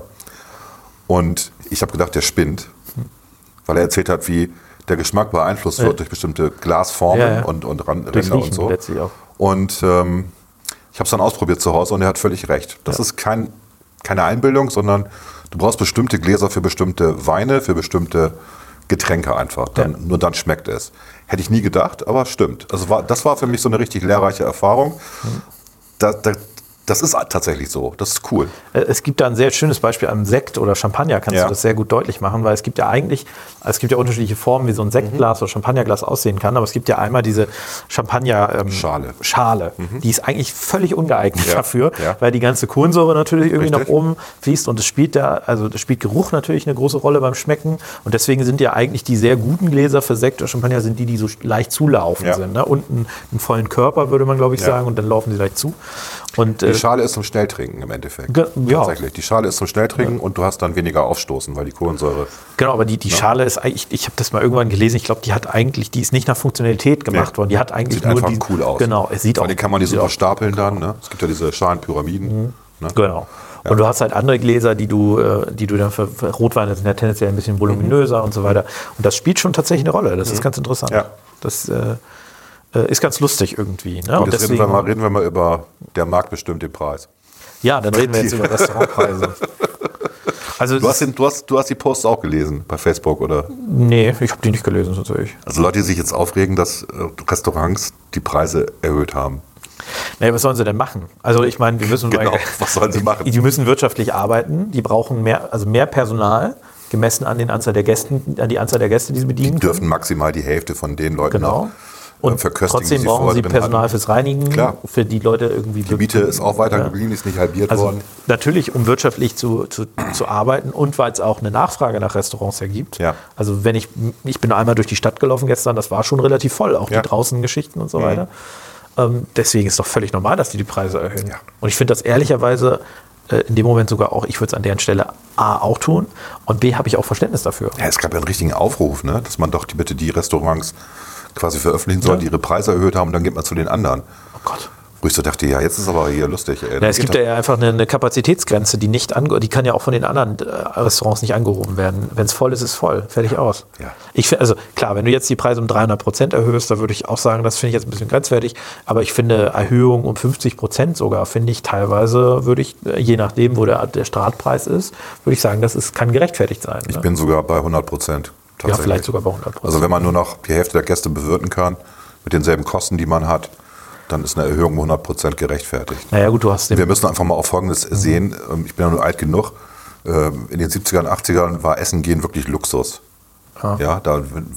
Und ich habe gedacht, der spinnt, weil er erzählt hat, wie der Geschmack beeinflusst ja. wird durch bestimmte Glasformen ja, ja. und, und Ränder und so. Auch. Und ähm, ich habe es dann ausprobiert zu Hause und er hat völlig recht. Das ja. ist kein, keine Einbildung, sondern du brauchst bestimmte Gläser für bestimmte Weine, für bestimmte Getränke einfach. Dann, ja. Nur dann schmeckt es. Hätte ich nie gedacht, aber stimmt. Also war, das war für mich so eine richtig lehrreiche Erfahrung. Mhm. Da, da, Das ist tatsächlich so. Das ist cool. Es gibt da ein sehr schönes Beispiel am Sekt oder Champagner, kannst Ja. du das sehr gut deutlich machen, weil es gibt ja eigentlich, es gibt ja unterschiedliche Formen, wie so ein Sektglas oder Champagnerglas aussehen kann, aber es gibt ja einmal diese Champagner ähm, Schale. Schale, die ist eigentlich völlig ungeeignet Ja. dafür, Ja. weil die ganze Kohlensäure natürlich irgendwie Richtig. nach oben fließt und es spielt da, also das spielt Geruch natürlich eine große Rolle beim Schmecken und deswegen sind ja eigentlich die sehr guten Gläser für Sekt oder Champagner sind die, die so leicht zulaufen Ja. sind, ne? Unten einen vollen Körper, würde man glaube ich Ja. sagen, und dann laufen sie leicht zu. Und, Die äh, Schale ist zum Schnelltrinken im Endeffekt. Ge- ja. Tatsächlich. Die Schale ist zum Schnelltrinken und du hast dann weniger Aufstoßen, weil die Kohlensäure. Genau, aber die, die Schale ist eigentlich, ich habe das mal irgendwann gelesen, ich glaube, die hat eigentlich, die ist nicht nach Funktionalität gemacht Nee. worden, die hat eigentlich Sieht nur einfach die, cool aus. Genau, es sieht Vor auch. allem kann man die so sieht noch auch- stapeln dann. Ne? Es gibt ja diese Schalenpyramiden. Ne? Genau. Und du hast halt andere Gläser, die du, äh, die du dann für, für Rotweine sind ja tendenziell ein bisschen voluminöser und so weiter. Und das spielt schon tatsächlich eine Rolle. Das ist ganz interessant. Ja. Das äh, äh, ist ganz lustig irgendwie. Ne? Gut, Und jetzt reden wir, mal, reden wir mal über, der Markt bestimmt den Preis. ja, dann reden wir jetzt über Restaurantpreise. Also, Du hast, den, du, hast, du hast die Posts auch gelesen bei Facebook, oder? nee, ich habe die nicht gelesen tatsächlich. Also Leute, die sich jetzt aufregen, dass äh, Restaurants die Preise erhöht haben. Naja, was sollen sie denn machen? Also ich meine, die müssen, Genau, was sollen sie machen? Die müssen wirtschaftlich arbeiten, die brauchen mehr, also mehr Personal, gemessen an, den Anzahl der Gästen, an die Anzahl der Gäste, die sie bedienen Die können. dürfen maximal die Hälfte von den Leuten Genau. noch, Und äh, verköstigen, trotzdem die sie brauchen vorher sie drin Personal hatten. fürs Reinigen, Klar. für die Leute irgendwie. Die Miete ist auch weiter geblieben, die ist nicht halbiert Also worden. natürlich, um wirtschaftlich zu, zu, zu arbeiten und weil es auch eine Nachfrage nach Restaurants ergibt. Ja. Also wenn ich, ich bin einmal durch die Stadt gelaufen gestern, das war schon relativ voll, auch Ja. die draußen Geschichten und so weiter. Ähm, deswegen ist doch völlig normal, dass die die Preise erhöhen. Ja. Und ich finde das ehrlicherweise äh, in dem Moment sogar auch, ich würde es an deren Stelle A auch tun und B habe ich auch Verständnis dafür. Ja, es gab ja einen richtigen Aufruf, ne? Dass man doch die, bitte die Restaurants quasi veröffentlichen soll, Ja. die ihre Preise erhöht haben und dann geht man zu den anderen. Oh Gott. Wo ich so dachte, ja, jetzt ist aber hier lustig. Ey. Ja, es gibt ja einfach eine, eine Kapazitätsgrenze, die nicht ange die kann ja auch von den anderen äh, Restaurants nicht angehoben werden. Wenn es voll ist, ist voll. Fertig aus. Ja. Ich find, also klar, wenn du jetzt die Preise um dreihundert Prozent erhöhst, da würde ich auch sagen, das finde ich jetzt ein bisschen grenzwertig. Aber ich finde Erhöhung um fünfzig Prozent sogar, finde ich teilweise, würde ich, äh, je nachdem, wo der, der Startpreis ist, würde ich sagen, das ist, kann gerechtfertigt sein. Ich ne? bin sogar bei hundert Prozent. Ja, vielleicht sogar bei hundert Prozent. Also wenn man nur noch die Hälfte der Gäste bewirten kann, mit denselben Kosten, die man hat, dann ist eine Erhöhung um hundert Prozent gerechtfertigt. Naja, gut, du hast den. Wir müssen einfach mal auf Folgendes sehen. Ähm, Ich bin ja nur alt genug. Ähm, In den siebzigern, achtzigern war Essen gehen wirklich Luxus. Ja. Ja, da,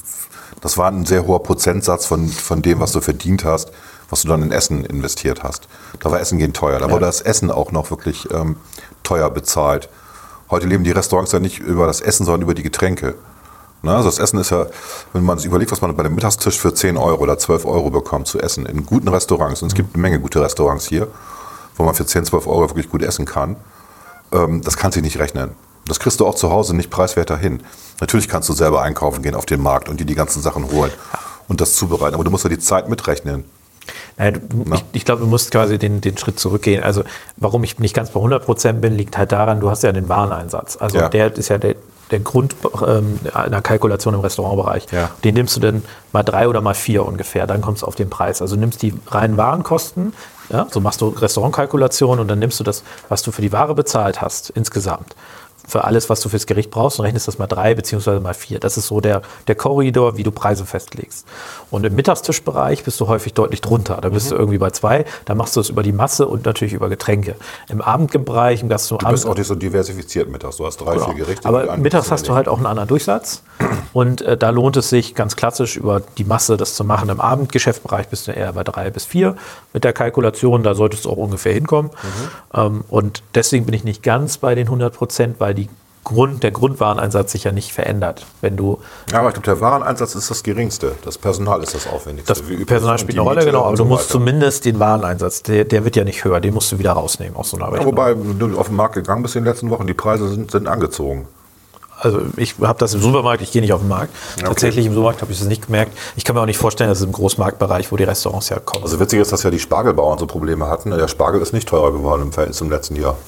das war ein sehr hoher Prozentsatz von, von dem, was du verdient hast, was du dann in Essen investiert hast. Da war Essen gehen teuer. Da Ja. wurde das Essen auch noch wirklich ähm, teuer bezahlt. Heute leben die Restaurants ja nicht über das Essen, sondern über die Getränke. Na, also das Essen ist ja, wenn man sich überlegt, was man bei dem Mittagstisch für zehn Euro oder zwölf Euro bekommt zu essen, in guten Restaurants, und es gibt eine Menge gute Restaurants hier, wo man für zehn, zwölf Euro wirklich gut essen kann, ähm, das kann sich nicht rechnen. Das kriegst du auch zu Hause nicht preiswerter hin. Natürlich kannst du selber einkaufen gehen auf den Markt und dir die ganzen Sachen holen und das zubereiten, aber du musst ja die Zeit mitrechnen. Naja, du, ich, ich glaube, du musst quasi den, den Schritt zurückgehen. Also warum ich nicht ganz bei hundert Prozent bin, liegt halt daran, du hast ja den Wareneinsatz. Also Ja. der ist ja der, der Grund ähm, einer Kalkulation im Restaurantbereich. Ja. Den nimmst du dann mal drei oder mal vier ungefähr, dann kommst du auf den Preis. Also du nimmst die reinen Warenkosten, ja, so machst du Restaurantkalkulation und dann nimmst du das, was du für die Ware bezahlt hast insgesamt. Für alles, was du fürs Gericht brauchst, und rechnest das mal drei beziehungsweise mal vier. Das ist so der, der Korridor, wie du Preise festlegst. Und im Mittagstischbereich bist du häufig deutlich drunter. Da bist du irgendwie bei zwei. Da machst du es über die Masse und natürlich über Getränke. Im Abendbereich, im Du bist Gastroabend. auch nicht so diversifiziert mittags. Du hast drei, Genau. vier Gerichte. die Aber du mittags anbietest hast du oder halt auch einen anderen Durchsatz. Und äh, da lohnt es sich ganz klassisch über die Masse das zu machen. Im Abendgeschäftsbereich bist du eher bei drei bis vier mit der Kalkulation. Da solltest du auch ungefähr hinkommen. Ähm, und deswegen bin ich nicht ganz bei den hundert Prozent, weil die Grund, der Grundwareneinsatz sich ja nicht verändert. Wenn du nicht. Ja, aber ich glaube, der Wareneinsatz ist das geringste. Das Personal ist das aufwendigste. das Wie üblich. Personal Und spielt die eine Rolle, Miete genau, und aber so du musst weiter. zumindest den Wareneinsatz, der, der wird ja nicht höher, den musst du wieder rausnehmen aus so einer Ja, Rechnung. wobei, du auf den Markt gegangen bist in den letzten Wochen, die Preise sind, sind angezogen. Also ich habe das im Supermarkt, ich gehe nicht auf den Markt. Tatsächlich im Supermarkt habe ich das nicht gemerkt. Ich kann mir auch nicht vorstellen, dass es im Großmarktbereich, wo die Restaurants ja kommen. Also witzig ist, dass ja die Spargelbauern so Probleme hatten. Der Spargel ist nicht teurer geworden im Verhältnis zum letzten Jahr.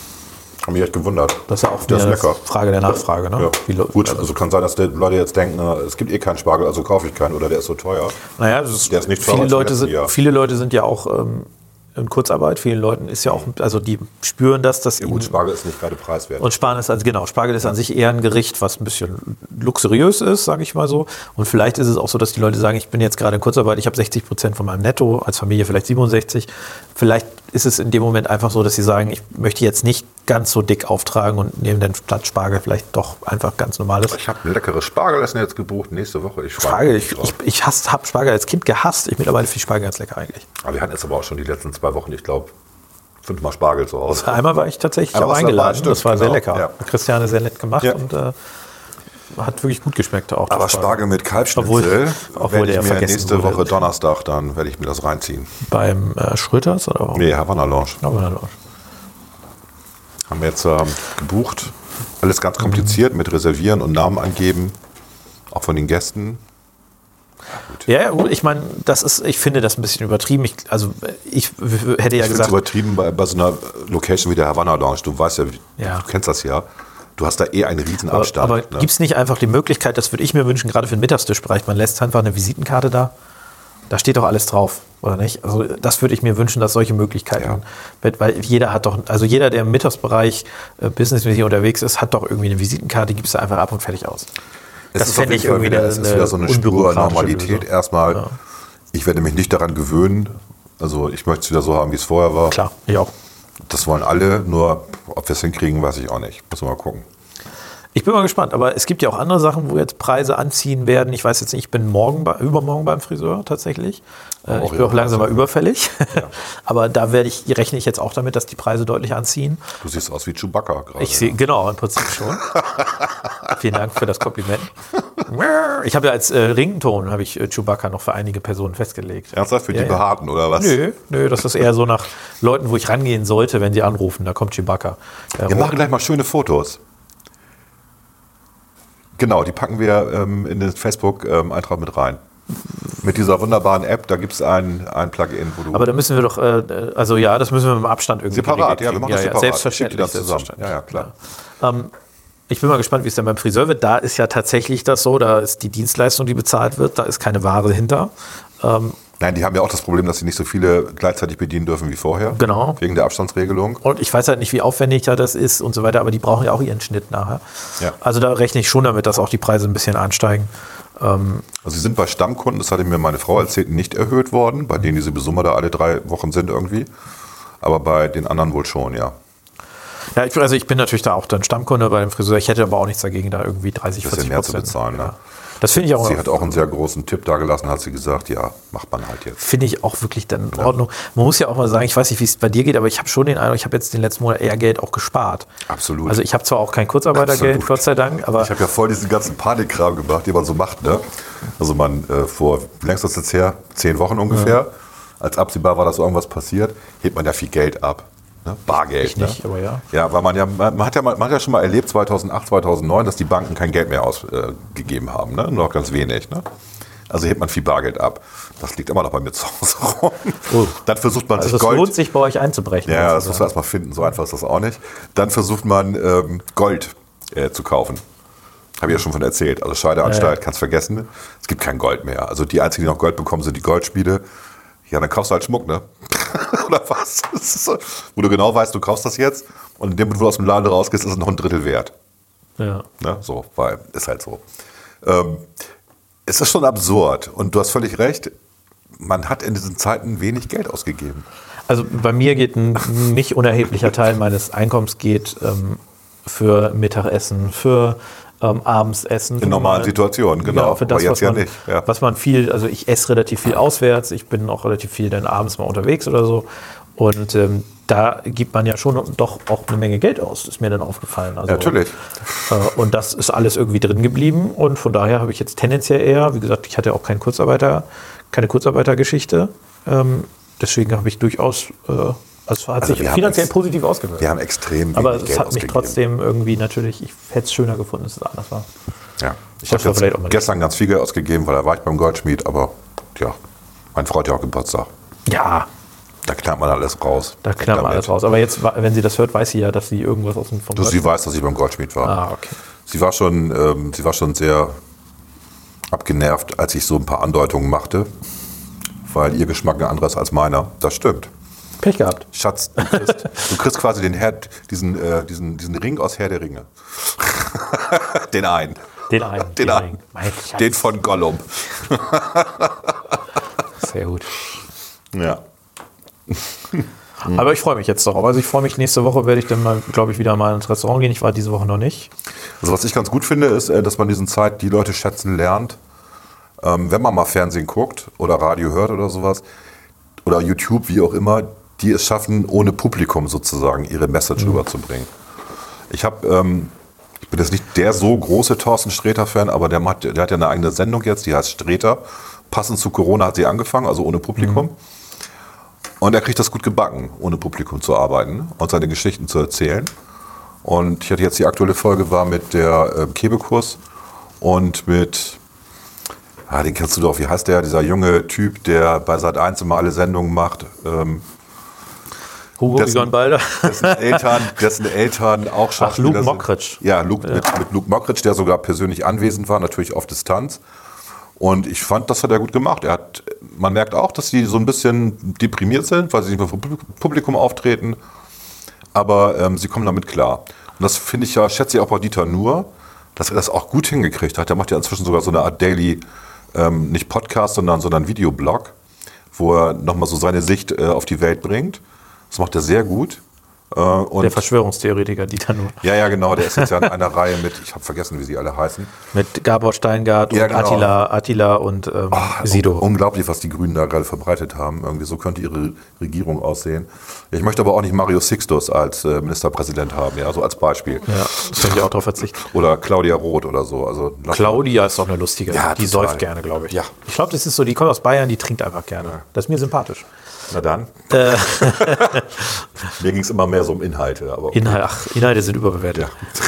Hab mich echt gewundert. das ist ja auch Der ist eine lecker. Frage der Nachfrage. Ne? Ja. Wie lo- Gut, also kann sein, dass die Leute jetzt denken, na, es gibt eh keinen Spargel, also kaufe ich keinen oder der ist so teuer. Naja, das ist, Der ist nicht viele, teurer als im Leute letzten sind, Jahr. viele Leute sind ja auch ähm, in Kurzarbeit. Vielen Leuten ist ja auch, also die spüren das, dass Ja ihnen... gut, Spargel ist nicht gerade preiswert. Und Spargel ist, also genau, Spargel ist an sich eher ein Gericht, was ein bisschen luxuriös ist, sage ich mal so. Und vielleicht ist es auch so, dass die Leute sagen, ich bin jetzt gerade in Kurzarbeit, ich habe sechzig Prozent von meinem Netto, als Familie vielleicht siebenundsechzig. Vielleicht ist es in dem Moment einfach so, dass sie sagen, ich möchte jetzt nicht ganz so dick auftragen und nehmen dann statt Spargel vielleicht doch einfach ganz normales. Ich habe ein leckeres Spargelessen jetzt gebucht, nächste Woche. Ich Spargel, ich, ich, ich habe Spargel als Kind gehasst. Ich mittlerweile finde Spargel ganz lecker eigentlich. Aber wir hatten jetzt aber auch schon die letzten zwei Wochen, ich glaube, fünfmal Spargel zu Hause. Einmal war ich tatsächlich Einmal auch warst du dabei, eingeladen. stimmt, das war sehr genau. lecker. Ja. Christiane sehr nett gemacht Ja. und äh, hat wirklich gut geschmeckt auch. Aber das Spargel mit Kalbschnitzel, Obwohl- obwohl werde der ich mir vergessen nächste wurde. Woche Donnerstag, dann werde ich mir das reinziehen. Beim äh, Schröters oder auch? Nee, Havana Lounge. Aber dann auch. Haben wir jetzt ähm, gebucht. Alles ganz kompliziert mit Reservieren und Namen angeben. Auch von den Gästen. Ja, ja, gut, ich meine, das ist, ich finde das ein bisschen übertrieben. Ich, also ich w- w- hätte ja Ich finde es gesagt, übertrieben bei, bei so einer Location wie der Havana Lounge. Du weißt ja, wie- Ja. du kennst das ja. Du hast da eh einen riesen aber, Abstand. aber ne? gibt es nicht einfach die Möglichkeit, das würde ich mir wünschen, gerade für den Mittagstischbereich, man lässt einfach eine Visitenkarte da. Da steht doch alles drauf, oder nicht? Also das würde ich mir wünschen, dass solche Möglichkeiten, Ja. mit, weil jeder hat doch, also jeder, der im Mittagsbereich äh, businessmäßig unterwegs ist, hat doch irgendwie eine Visitenkarte, gibst du einfach ab und fertig aus. Es das ist auf fände jeden ich Fall irgendwie wieder, eine- es ist eine wieder so eine Spur unbürokratische Normalität Lösung. erstmal. Ja. Ich werde mich nicht daran gewöhnen. Also ich möchte es wieder so haben, wie es vorher war. Klar, ich auch. Das wollen alle, nur ob wir es hinkriegen, weiß ich auch nicht. Müssen wir mal gucken. Ich bin mal gespannt, aber es gibt ja auch andere Sachen, wo jetzt Preise anziehen werden. Ich weiß jetzt nicht, ich bin morgen bei, übermorgen beim Friseur tatsächlich. Äh, Auch ich bin auch langsam mal überraschend. überfällig. aber da werde ich, rechne ich jetzt auch damit, dass die Preise deutlich anziehen. Du siehst aus wie Chewbacca gerade. Ich sehe, genau, im Prinzip schon. Vielen Dank für das Kompliment. Ich habe ja als äh, Rington habe ich äh, Chewbacca noch für einige Personen festgelegt. Ernsthaft für Ja, die ja. Behaarten oder was? Nö, nö, das ist eher so nach Leuten, wo ich rangehen sollte, wenn sie anrufen. Da kommt Chewbacca. Äh, Wir machen gleich mal schöne Fotos. Genau, die packen wir ähm, in den Facebook-Eintrag mit rein. Mit dieser wunderbaren App, da gibt es ein, ein Plugin, wo du... Aber da müssen wir doch, äh, also ja, das müssen wir mit dem Abstand irgendwie Separat, geregelt ja, wir kriegen. machen das separat. Selbstverständlich. Ich schick die dann zusammen. selbstverständlich. Ja, ja, klar. Ähm, ich bin mal gespannt, wie es denn beim Friseur wird. Da ist ja tatsächlich das so, da ist die Dienstleistung, die bezahlt wird, da ist keine Ware hinter. Ähm, Nein, die haben ja auch das Problem, dass sie nicht so viele gleichzeitig bedienen dürfen wie vorher. Genau. Wegen der Abstandsregelung. Und ich weiß halt nicht, wie aufwendig da das ist und so weiter, aber die brauchen ja auch ihren Schnitt nachher. Ja. Also da rechne ich schon damit, dass auch die Preise ein bisschen ansteigen. Ähm, Also sie sind bei Stammkunden, das hatte mir meine Frau erzählt, nicht erhöht worden, bei denen diese Summe da alle drei Wochen sind irgendwie. Aber bei den anderen wohl schon, ja. ja, ich, also ich bin natürlich da auch dann Stammkunde bei dem Friseur. Ich hätte aber auch nichts dagegen, da irgendwie dreißig, Bisschen vierzig mehr zu Prozent. bezahlen, ne? Ja. Das finde ich auch, Sie hat auch einen sehr großen Tipp da gelassen, hat sie gesagt, ja, macht man halt jetzt. finde ich auch wirklich dann in Ordnung. Man muss ja auch mal sagen, ich weiß nicht, wie es bei dir geht, aber ich habe schon den Eindruck, ich habe jetzt den letzten Monat eher Geld auch gespart. Absolut. Also ich habe zwar auch kein Kurzarbeitergeld, Absolut. Gott sei Dank, aber Ich habe ja voll diesen ganzen Panikkram gemacht, den man so macht. Ne? Also man äh, vor, wie lange ist das jetzt her? Zehn Wochen ungefähr. Als absehbar war, dass irgendwas passiert, hebt man ja viel Geld ab. Ne? Bargeld. Ich nicht, ne? aber ja. Ja, weil man ja, man man hat ja, mal, man hat ja schon mal erlebt, zweitausendacht, zweitausendneun, dass die Banken kein Geld mehr ausgegeben äh, haben. Ne? Nur noch ganz wenig. Ne? Also hebt man viel Bargeld ab. Das liegt immer noch bei mir zu Hause rum. Oh. Dann versucht man also sich es Gold... lohnt sich bei euch einzubrechen. Ja, das sozusagen. muss man erstmal finden, so einfach ist das auch nicht. Dann versucht man ähm, Gold äh, zu kaufen. Habe ich ja schon von erzählt. Also Scheideanstalt, Ja, ja. kannst vergessen. Es gibt kein Gold mehr. Also die einzigen, die noch Gold bekommen, sind die Goldspiele. Ja, dann kaufst du halt Schmuck, ne? Oder was? Das ist so, wo du genau weißt, du kaufst das jetzt und in dem Moment, wo du aus dem Laden rausgehst, ist es noch ein Drittel wert. Ja. Ne? So, weil ist halt so. Ähm, es ist schon absurd und du hast völlig recht. Man hat in diesen Zeiten wenig Geld ausgegeben. Also bei mir geht ein nicht unerheblicher Teil meines Einkommens geht ähm, für Mittagessen, für ähm, Abendsessen. In normalen Situationen, genau. Ja, für das, Aber jetzt was, ja man, nicht. Ja. was man viel, also ich esse relativ viel auswärts, ich bin auch relativ viel dann abends mal unterwegs oder so. Und ähm, da gibt man ja schon doch auch eine Menge Geld aus, ist mir dann aufgefallen. Also, Natürlich. Äh, und das ist alles irgendwie drin geblieben. Und von daher habe ich jetzt tendenziell eher, wie gesagt, ich hatte auch keinen Kurzarbeiter, keine Kurzarbeitergeschichte. Ähm, deswegen habe ich durchaus, äh, also hat Also sich wir haben finanziell ex- positiv ausgewirkt. Wir haben extrem wenig Aber Geld es hat mich ausgegeben. trotzdem irgendwie natürlich, ich hätte es schöner gefunden, dass es anders war. Ja. Ich Das habe war jetzt vielleicht auch mal gestern ganz viel Geld ausgegeben, weil da war ich beim Goldschmied, aber tja, mein Freund hat ja auch Geburtstag. Ja, Da knallt man alles raus. da knallt man Damit. alles raus. Aber jetzt, wenn sie das hört, weiß sie ja, dass sie irgendwas aus dem vom Du, sie weiß, dass ich beim Goldschmied war. Ah, okay. Sie war schon, ähm, sie war schon sehr abgenervt, als ich so ein paar Andeutungen machte, weil ihr Geschmack ein anderer ist als meiner. Das stimmt. Pech gehabt. Schatz, du kriegst, du kriegst quasi den Herr, diesen, äh, diesen, diesen Ring aus Herr der Ringe. Den einen. Den einen. Den, den einen. Mein Den von Gollum. Sehr gut. Ja. Aber ich freue mich jetzt darauf. Also ich freue mich, nächste Woche werde ich dann mal, glaube ich, wieder mal ins Restaurant gehen. Ich war diese Woche noch nicht. Also was ich ganz gut finde, ist, dass man diesen Zeit die Leute schätzen lernt, ähm, wenn man mal Fernsehen guckt oder Radio hört oder sowas oder YouTube, wie auch immer, die es schaffen, ohne Publikum sozusagen ihre Message mhm. rüberzubringen. Ich habe, ähm, ich bin jetzt nicht der so große Thorsten Sträter-Fan, aber der hat, der hat ja eine eigene Sendung jetzt, die heißt Sträter. Passend zu Corona hat sie angefangen, also ohne Publikum. Mhm. Und er kriegt das gut gebacken, ohne Publikum zu arbeiten und seine Geschichten zu erzählen. Und ich hatte jetzt die aktuelle Folge war mit der äh, Kebekus und mit, ah, den kennst du doch, wie heißt der, dieser junge Typ, der bei Sat eins immer alle Sendungen macht. Ähm, Hugo dessen, Egon Balder. Dessen Eltern, dessen Eltern auch Schauspieler Ach, Luke Mockridge. sind. Ja, Luke, ja. Mit, mit Luke Mockridge, der sogar persönlich anwesend war, natürlich auf Distanz. Und ich fand, das hat er gut gemacht. Er hat, man merkt auch, dass sie so ein bisschen deprimiert sind, weil sie nicht mehr vor Publikum auftreten. Aber ähm, sie kommen damit klar. Und das finde ich ja, schätze ich auch bei Dieter Nuhr, dass er das auch gut hingekriegt hat. Der macht ja inzwischen sogar so eine Art Daily, ähm, nicht Podcast, sondern, sondern Videoblog, wo er nochmal so seine Sicht äh, auf die Welt bringt. Das macht er sehr gut. Äh, und der Verschwörungstheoretiker Dieter Nuhr. Ja, ja, genau. Der ist jetzt ja in einer Reihe mit, ich habe vergessen, wie sie alle heißen. Mit Gabor Steingart ja, und genau. Attila, Attila und ähm, Ach, Sido. Unglaublich, was die Grünen da gerade verbreitet haben. Irgendwie so könnte ihre Regierung aussehen. Ich möchte aber auch nicht Mario Sixtus als äh, Ministerpräsident haben, ja, so als Beispiel. Ja, das könnte ich auch darauf verzichten. Oder Claudia Roth oder so. Also, Claudia ist doch eine lustige. Ja, die total. säuft gerne, glaube ich. Ja. Ich glaube, das ist so, die kommt aus Bayern, die trinkt einfach gerne. Ja. Das ist mir sympathisch. Na dann. Äh. Mir ging es immer mehr so um Inhalte. Aber okay. Inhalt, ach, Inhalte sind überbewertet.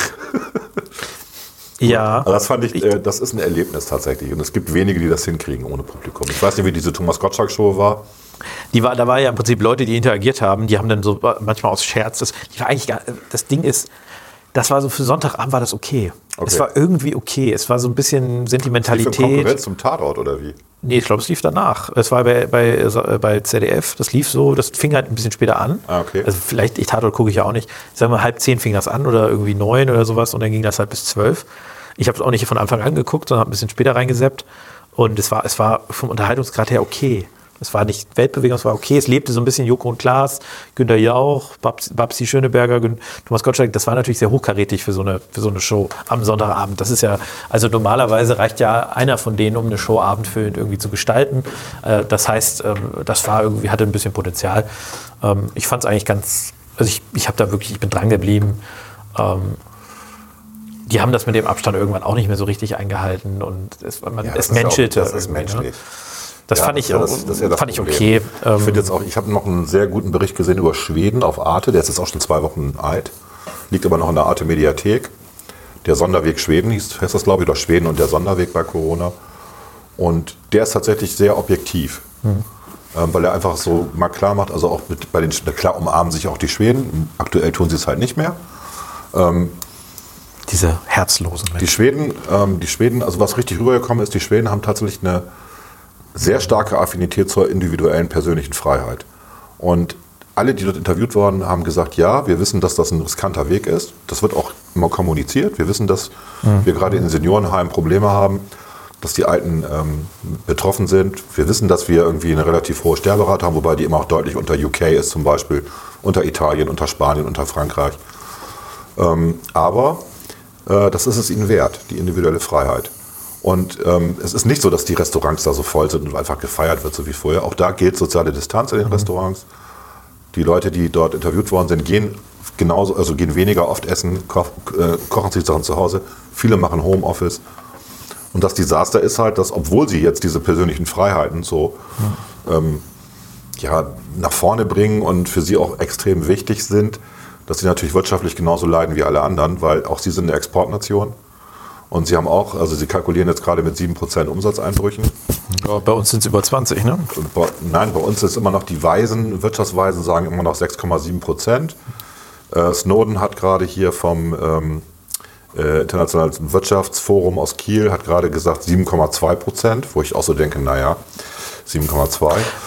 Ja. Ja. Also das fand ich, äh, das ist ein Erlebnis tatsächlich. Und es gibt wenige, die das hinkriegen ohne Publikum. Ich weiß nicht, wie diese Thomas Gottschalk-Show war. Die war. Da war ja im Prinzip Leute, die interagiert haben, die haben dann so manchmal aus Scherz, das, die war eigentlich gar, das Ding ist, das war so für Sonntagabend war das okay. okay. Es war irgendwie okay. Es war so ein bisschen Sentimentalität. Lief Konkurrenz zum Tatort oder wie? Nee, ich glaube, es lief danach. Es war bei, bei, bei Z D F, das lief so, das fing halt ein bisschen später an. Ah, okay. Also vielleicht, ich Tatort gucke ich ja auch nicht. Ich sage mal, halb zehn fing das an oder irgendwie neun oder sowas und dann ging das halt bis zwölf. Ich habe es auch nicht von Anfang an geguckt, sondern habe ein bisschen später reingesappt. Und es war, es war vom Unterhaltungsgrad her okay. Es war nicht Weltbewegung, es war okay. Es lebte so ein bisschen Joko und Klaas, Günther Jauch, Babs, Babsi Schöneberger, Gün, Thomas Gottschalk. Das war natürlich sehr hochkarätig für so eine, für so eine Show am Sonntagabend. Das ist ja, also normalerweise reicht ja einer von denen, um eine Show abendfüllend irgendwie zu gestalten. Äh, das heißt, ähm, das war irgendwie, hatte ein bisschen Potenzial. Ähm, ich fand es eigentlich ganz, also ich, ich habe da wirklich, ich bin dran geblieben. Ähm, die haben das mit dem Abstand irgendwann auch nicht mehr so richtig eingehalten und es, man, ja, es menschelte. Ja auch, das ist menschlich. Ne? Das ja, fand ich, ja, das, das ja fand ich okay. Ich finde jetzt auch, ich habe noch einen sehr guten Bericht gesehen über Schweden auf Arte. Der ist jetzt auch schon zwei Wochen alt. Liegt aber noch in der Arte Mediathek. Der Sonderweg Schweden hieß, heißt das glaube ich, oder Schweden und der Sonderweg bei Corona. Und der ist tatsächlich sehr objektiv. Mhm. Ähm, weil er einfach so mal klar macht, also auch mit, bei den, klar umarmen sich auch die Schweden. Aktuell tun sie es halt nicht mehr. Ähm, Diese herzlosen Menschen. Die Schweden, ähm, die Schweden, also was richtig rübergekommen ist, die Schweden haben tatsächlich eine sehr starke Affinität zur individuellen persönlichen Freiheit. Und alle, die dort interviewt wurden, haben gesagt, ja, wir wissen, dass das ein riskanter Weg ist. Das wird auch immer kommuniziert. Wir wissen, dass mhm. wir gerade in Seniorenheimen Probleme haben, dass die Alten ähm, betroffen sind. Wir wissen, dass wir irgendwie eine relativ hohe Sterberate haben, wobei die immer auch deutlich unter U K ist, zum Beispiel unter Italien, unter Spanien, unter Frankreich. Ähm, aber äh, das ist es ihnen wert, die individuelle Freiheit. Und ähm, es ist nicht so, dass die Restaurants da so voll sind und einfach gefeiert wird, so wie vorher. Auch da gilt soziale Distanz in den mhm. Restaurants. Die Leute, die dort interviewt worden sind, gehen genauso, also gehen weniger oft essen, ko- äh, kochen sich Sachen zu Hause. Viele machen Homeoffice. Und das Desaster ist halt, dass obwohl sie jetzt diese persönlichen Freiheiten so mhm. ähm, ja, nach vorne bringen und für sie auch extrem wichtig sind, dass sie natürlich wirtschaftlich genauso leiden wie alle anderen, weil auch sie sind eine Exportnation. Und sie haben auch, also sie kalkulieren jetzt gerade mit sieben Prozent Umsatzeinbrüchen. Ja, bei uns sind es über zwanzig, ne? Bei, nein, bei uns ist immer noch die Weisen, Wirtschaftsweisen sagen immer noch sechs Komma sieben Prozent. Äh, Snowden hat gerade hier vom ähm, äh, Internationalen Wirtschaftsforum aus Kiel hat gerade gesagt sieben Komma zwei Prozent, wo ich auch so denke, naja, sieben Komma zwei.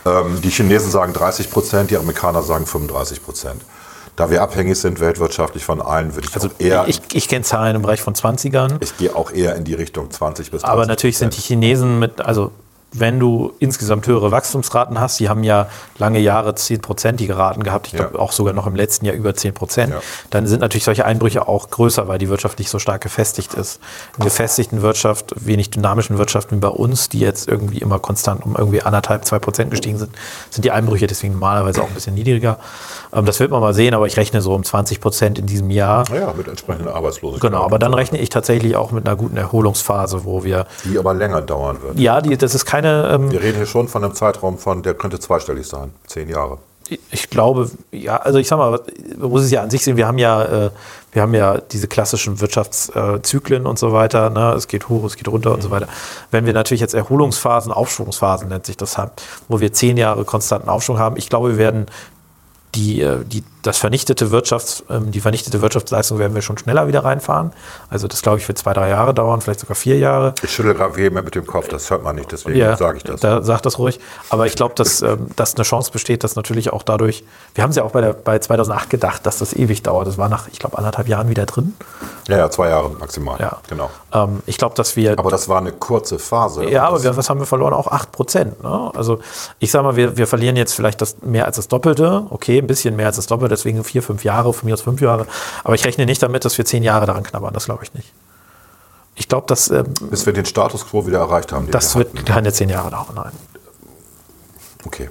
Ähm, die Chinesen sagen dreißig Prozent, die Amerikaner sagen fünfunddreißig Prozent. Da wir abhängig sind weltwirtschaftlich von allen, würde ich Also auch eher... ich, ich kenne Zahlen im Bereich von zwanzigern. Ich gehe auch eher in die Richtung zwanzig bis dreißig. Aber natürlich sind die Chinesen mit, also wenn du insgesamt höhere Wachstumsraten hast, die haben ja lange Jahre zehnprozentige Raten gehabt, ich Ja. glaube auch sogar noch im letzten Jahr über zehn Prozent, Ja. dann sind natürlich solche Einbrüche auch größer, weil die Wirtschaft nicht so stark gefestigt ist. In gefestigten Wirtschaft, wenig dynamischen Wirtschaften wie bei uns, die jetzt irgendwie immer konstant um irgendwie anderthalb, zwei Prozent gestiegen sind, sind die Einbrüche deswegen normalerweise auch ein bisschen niedriger. Ähm, das wird man mal sehen, aber ich rechne so um zwanzig Prozent in diesem Jahr. Naja, mit entsprechender Arbeitslosigkeit. Genau, aber dann rechne ich tatsächlich auch mit einer guten Erholungsphase, wo wir... Die aber länger dauern wird. Ja, die, das ist keine... Ähm, Wir reden hier schon von einem Zeitraum von, der könnte zweistellig sein, zehn Jahre. Ich glaube, ja, also ich sag mal, man muss es ja an sich sehen, wir haben ja, äh, wir haben ja diese klassischen Wirtschaftszyklen und so weiter, ne? Es geht hoch, es geht runter und so weiter. Wenn wir natürlich jetzt Erholungsphasen, Aufschwungsphasen nennt sich das haben, wo wir zehn Jahre konstanten Aufschwung haben, ich glaube, wir werden die, die, das vernichtete Wirtschafts, die vernichtete Wirtschaftsleistung werden wir schon schneller wieder reinfahren. Also das, glaube ich, wird zwei, drei Jahre dauern, vielleicht sogar vier Jahre. Ich schüttle gerade vehement mit dem Kopf, das hört man nicht, deswegen Ja, sage ich das. Da sag das ruhig. Aber ich glaube, dass, ähm, dass eine Chance besteht, dass natürlich auch dadurch, wir haben es ja auch bei, der, bei zweitausendacht gedacht, dass das ewig dauert. Das war nach, ich glaube, anderthalb Jahren wieder drin. Ja, ja, zwei Jahre maximal. Ja. Genau. Ähm, ich glaube, dass wir... Aber das war eine kurze Phase. Ja, aber das, wir, was haben wir verloren? Auch acht Prozent. Ne? Also ich sage mal, wir, wir verlieren jetzt vielleicht das mehr als das Doppelte. Okay, ein bisschen mehr als das Doppelte, deswegen vier, fünf Jahre, von mir aus fünf Jahre. Aber ich rechne nicht damit, dass wir zehn Jahre daran knabbern. Das glaube ich nicht. Ich glaube, dass... Ähm, bis wir den Status quo wieder erreicht haben. Den das wir wird hatten. keine zehn Jahre dauern, nein. Okay.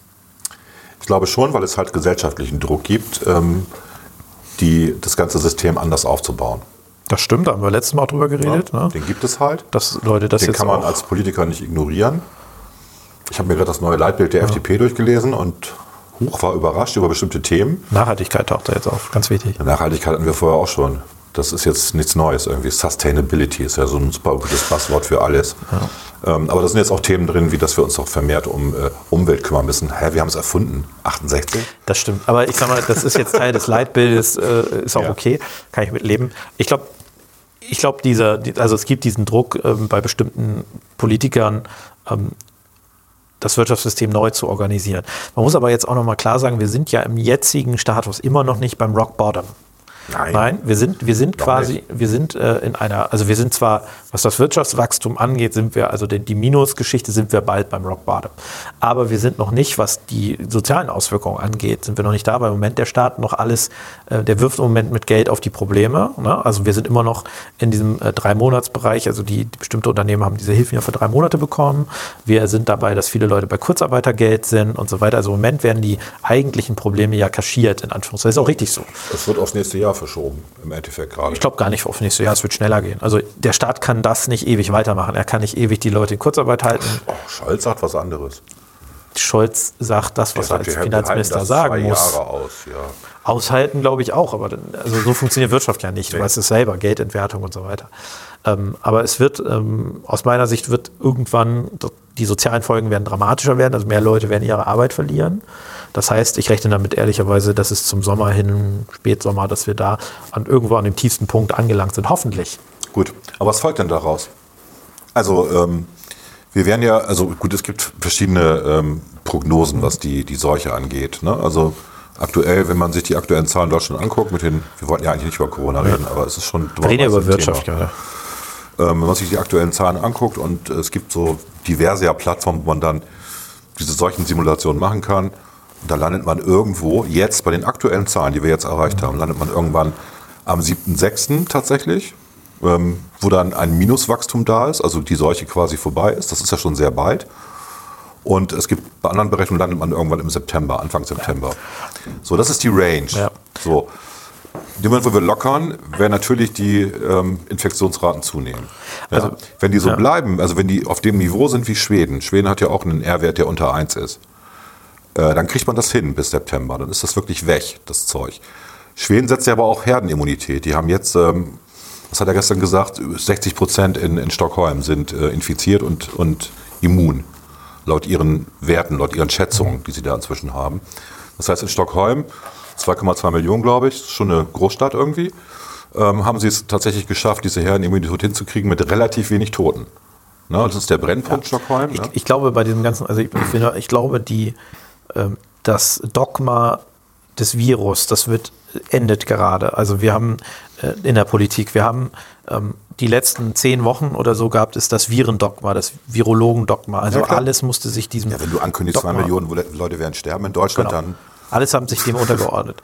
Ich glaube schon, weil es halt gesellschaftlichen Druck gibt, ähm, die, das ganze System anders aufzubauen. Das stimmt, da haben wir letztes Mal auch drüber geredet. Ja, Ne? Den gibt es halt. Dass Leute das Den jetzt kann man auch, als Politiker nicht ignorieren. Ich habe mir gerade das neue Leitbild der F D P durchgelesen und Huch war überrascht über bestimmte Themen. Nachhaltigkeit taucht da jetzt auf, ganz wichtig. Nachhaltigkeit hatten wir vorher auch schon. Das ist jetzt nichts Neues irgendwie. Sustainability ist ja so ein super gutes Passwort für alles. Ja. Ähm, aber da sind jetzt auch Themen drin, wie dass wir uns auch vermehrt um äh, Umwelt kümmern müssen. Hä, wir haben es erfunden. achtundsechzig? Das stimmt. Aber ich sag mal, das ist jetzt Teil des Leitbildes, äh, ist auch Ja. okay, kann ich mitleben. Ich glaube, ich glaube, dieser, also es gibt diesen Druck ähm, bei bestimmten Politikern, ähm, das Wirtschaftssystem neu zu organisieren. Man muss aber jetzt auch noch mal klar sagen, wir sind ja im jetzigen Status immer noch nicht beim Rock Bottom. Nein. Nein, wir sind, wir sind Noch quasi, nicht. wir sind äh, in einer, also wir sind zwar, was das Wirtschaftswachstum angeht, sind wir, also die, die Minusgeschichte sind wir bald beim Rock Bottom. Aber wir sind noch nicht, was die sozialen Auswirkungen angeht, sind wir noch nicht da, weil im Moment der Staat noch alles, äh, der wirft im Moment mit Geld auf die Probleme. Ne? Also wir sind immer noch in diesem äh, Drei-Monats-Bereich, also die, die bestimmte Unternehmen haben diese Hilfen ja für drei Monate bekommen. Wir sind dabei, dass viele Leute bei Kurzarbeitergeld sind und so weiter. Also im Moment werden die eigentlichen Probleme ja kaschiert, in Anführungszeichen. Das ist auch richtig so. Das wird aufs nächste Jahr verschoben, im Endeffekt gerade. Ich glaube gar nicht auf nächstes Jahr, es wird schneller gehen. Also der Staat kann das nicht ewig weitermachen. Er kann nicht ewig die Leute in Kurzarbeit halten. Oh, Scholz sagt was anderes. Scholz sagt das, was Der er als sagt, wir halten Finanzminister das sagen zwei muss. Jahre aus, ja. Aushalten glaube ich auch, aber dann, also so funktioniert Wirtschaft ja nicht. Du Nee. weißt es selber, Geldentwertung und so weiter. Ähm, aber es wird, ähm, aus meiner Sicht wird irgendwann, die sozialen Folgen werden dramatischer werden, also mehr Leute werden ihre Arbeit verlieren. Das heißt, ich rechne damit ehrlicherweise, dass es zum Sommer hin, Spätsommer, dass wir da an, irgendwo an dem tiefsten Punkt angelangt sind, hoffentlich. Gut, aber was folgt denn daraus? Also, ähm, wir werden ja, also gut, es gibt verschiedene ähm, Prognosen, was die, die Seuche angeht. Ne? Also aktuell, wenn man sich die aktuellen Zahlen in Deutschland anguckt, mit den, wir wollten ja eigentlich nicht über Corona reden, aber es ist schon... Wir reden ja über ein Wirtschaft Thema. gerade. Ähm, wenn man sich die aktuellen Zahlen anguckt und es gibt so diverse ja Plattformen, wo man dann diese solchen Simulationen machen kann, und da landet man irgendwo, jetzt bei den aktuellen Zahlen, die wir jetzt erreicht haben, landet man irgendwann am siebten sechsten tatsächlich, ähm, wo dann ein Minuswachstum da ist, also die Seuche quasi vorbei ist. Das ist ja schon sehr bald. Und es gibt bei anderen Berechnungen landet man irgendwann im September, Anfang September. So, das ist die Range. Ja. So. In dem Moment, wo wir lockern, werden natürlich die ähm, Infektionsraten zunehmen. Ja? Also, wenn die so ja. bleiben, also wenn die auf dem Niveau sind wie Schweden, Schweden hat ja auch einen R-Wert, der unter eins ist, äh, dann kriegt man das hin bis September. Dann ist das wirklich weg, das Zeug. Schweden setzt ja aber auch Herdenimmunität. Die haben jetzt, ähm, was hat er gestern gesagt, sechzig Prozent in, in Stockholm sind äh, infiziert und, und immun. Laut ihren Werten, laut ihren Schätzungen, die sie da inzwischen haben. Das heißt, in Stockholm, zwei Komma zwei Millionen, glaube ich, schon eine Großstadt irgendwie, ähm, haben sie es tatsächlich geschafft, diese Herdenimmunität hinzukriegen mit relativ wenig Toten. Ne, das ist der Brennpunkt Stockholm. Ich, ne? ich glaube bei diesem ganzen, also ich, ich, finde, ich glaube, die, ähm, das Dogma des Virus, das wird endet gerade. Also wir haben äh, in der Politik, wir haben ähm, die letzten zehn Wochen oder so gehabt, ist das Virendogma, das Virologendogma. Also Ja, klar. alles musste sich diesem Ja, wenn du ankündigst, zwei Dogma- Millionen Leute werden sterben in Deutschland, Genau. dann Alles haben sich dem untergeordnet.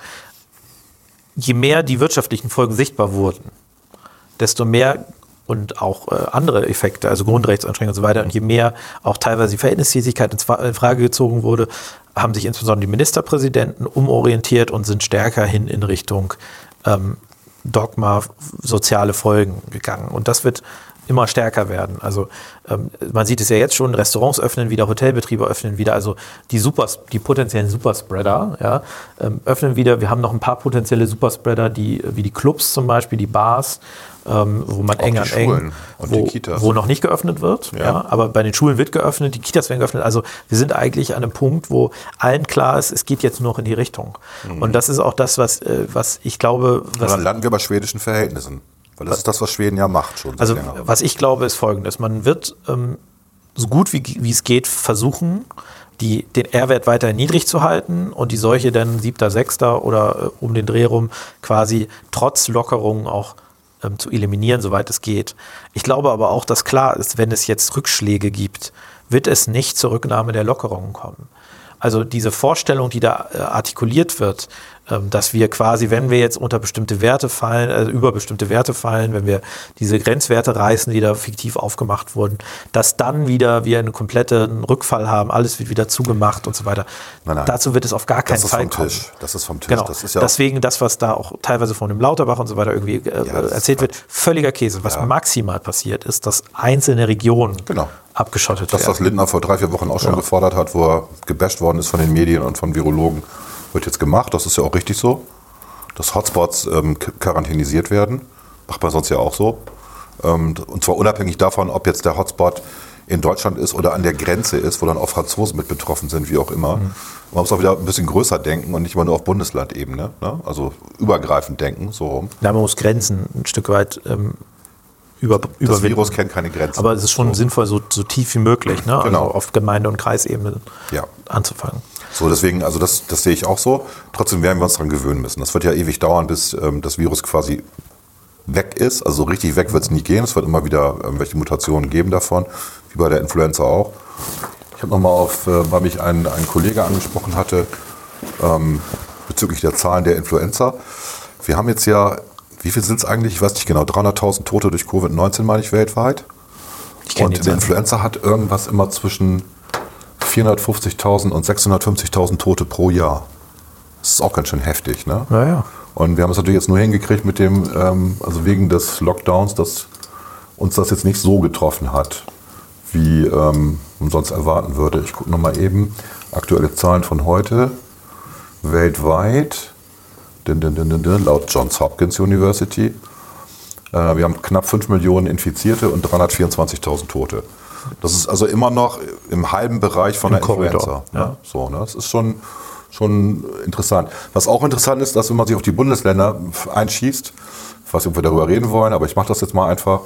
Je mehr die wirtschaftlichen Folgen sichtbar wurden, desto mehr und auch äh, andere Effekte, also Grundrechtseinschränkungen und so weiter, und je mehr auch teilweise die Verhältnismäßigkeit in Zwa- in Frage gezogen wurde, haben sich insbesondere die Ministerpräsidenten umorientiert und sind stärker hin in Richtung ähm, Dogma, soziale Folgen gegangen. Und das wird immer stärker werden. Also ähm, man sieht es ja jetzt schon, Restaurants öffnen wieder, Hotelbetriebe öffnen wieder, also die Super, die potenziellen Superspreader ja, ähm, öffnen wieder. Wir haben noch ein paar potenzielle Superspreader, die, wie die Clubs zum Beispiel, die Bars, ähm, wo man Auch eng die an Schulen eng, und wo, die Kitas. wo noch nicht geöffnet wird. Ja. Ja. aber bei den Schulen wird geöffnet, die Kitas werden geöffnet. Also wir sind eigentlich an einem Punkt, wo allen klar ist, es geht jetzt nur noch in die Richtung. Mhm. Und das ist auch das, was, äh, was ich glaube, Und was dann landen wir bei schwedischen Verhältnissen. Weil das ist das, was Schweden ja macht schon. seit Also länger. was ich glaube, ist Folgendes. Man wird ähm, so gut wie, wie es geht versuchen, die, den R-Wert weiter niedrig zu halten und die Seuche dann siebter, sechster oder äh, um den Dreh rum quasi trotz Lockerungen auch ähm, zu eliminieren, soweit es geht. Ich glaube aber auch, dass klar ist, wenn es jetzt Rückschläge gibt, wird es nicht zur Rücknahme der Lockerungen kommen. Also diese Vorstellung, die da äh, artikuliert wird, ähm, dass wir quasi, wenn wir jetzt unter bestimmte Werte fallen, also über bestimmte Werte fallen, wenn wir diese Grenzwerte reißen, die da fiktiv aufgemacht wurden, dass dann wieder wir einen kompletten Rückfall haben, alles wird wieder zugemacht und so weiter. Nein, nein. Dazu wird es auf gar keinen das ist Fall vom kommen. Tisch. Das ist vom Tisch. Genau. Das ist ja Deswegen das, was da auch teilweise von dem Lauterbach und so weiter irgendwie äh, Ja, das erzählt ist wird, völliger Käse. Was Ja. maximal passiert, ist, dass einzelne Regionen Genau. abgeschottet das, werden. was Lindner vor drei, vier Wochen auch schon Ja. gefordert hat, wo er gebasht worden ist von den Medien und von Virologen, wird jetzt gemacht. Das ist ja auch richtig so. Dass Hotspots ähm, k- quarantänisiert werden. Macht man sonst ja auch so. Ähm, und zwar unabhängig davon, ob jetzt der Hotspot in Deutschland ist oder an der Grenze ist, wo dann auch Franzosen mit betroffen sind, wie auch immer. Mhm. Man muss auch wieder ein bisschen größer denken und nicht immer nur auf Bundeslandebene. Ne? Also übergreifend denken, so rum. Ja, man muss Grenzen ein Stück weit ähm, über, Das überwinden. Virus kennt keine Grenzen. Aber es ist schon so. sinnvoll, so, so tief wie möglich, ne? Genau. Also auf Gemeinde- und Kreisebene Ja. anzufangen. So, deswegen, also das, das sehe ich auch so. Trotzdem werden wir uns daran gewöhnen müssen. Das wird ja ewig dauern, bis ähm, das Virus quasi weg ist. Also so richtig weg wird es nie gehen. Es wird immer wieder irgendwelche Mutationen geben davon, wie bei der Influenza auch. Ich habe nochmal auf, äh, weil mich ein, ein Kollege angesprochen hatte, ähm, bezüglich der Zahlen der Influenza. Wir haben jetzt ja, wie viel sind es eigentlich? Ich weiß nicht genau, dreihunderttausend Tote durch Covid neunzehn, meine ich, weltweit. Ich kenn Und die die Zahlen. Influenza hat irgendwas immer zwischen vierhundertfünfzigtausend und sechshundertfünfzigtausend Tote pro Jahr. Das ist auch ganz schön heftig, ne? Ja, ja. Und wir haben es natürlich jetzt nur hingekriegt mit dem, ähm, also wegen des Lockdowns, dass uns das jetzt nicht so getroffen hat, wie ähm, man sonst erwarten würde. Ich gucke nochmal eben, aktuelle Zahlen von heute, weltweit, din, din, din, din, din, laut Johns Hopkins University. Äh, wir haben knapp fünf Millionen Infizierte und dreihundertvierundzwanzigtausend Tote. Das ist also immer noch im halben Bereich von Im der Influenza. Korridor, Ne? ja. So, ne? Das ist schon, schon interessant. Was auch interessant ist, dass wenn man sich auf die Bundesländer einschießt, ich weiß nicht, ob wir darüber reden wollen, aber ich mache das jetzt mal einfach,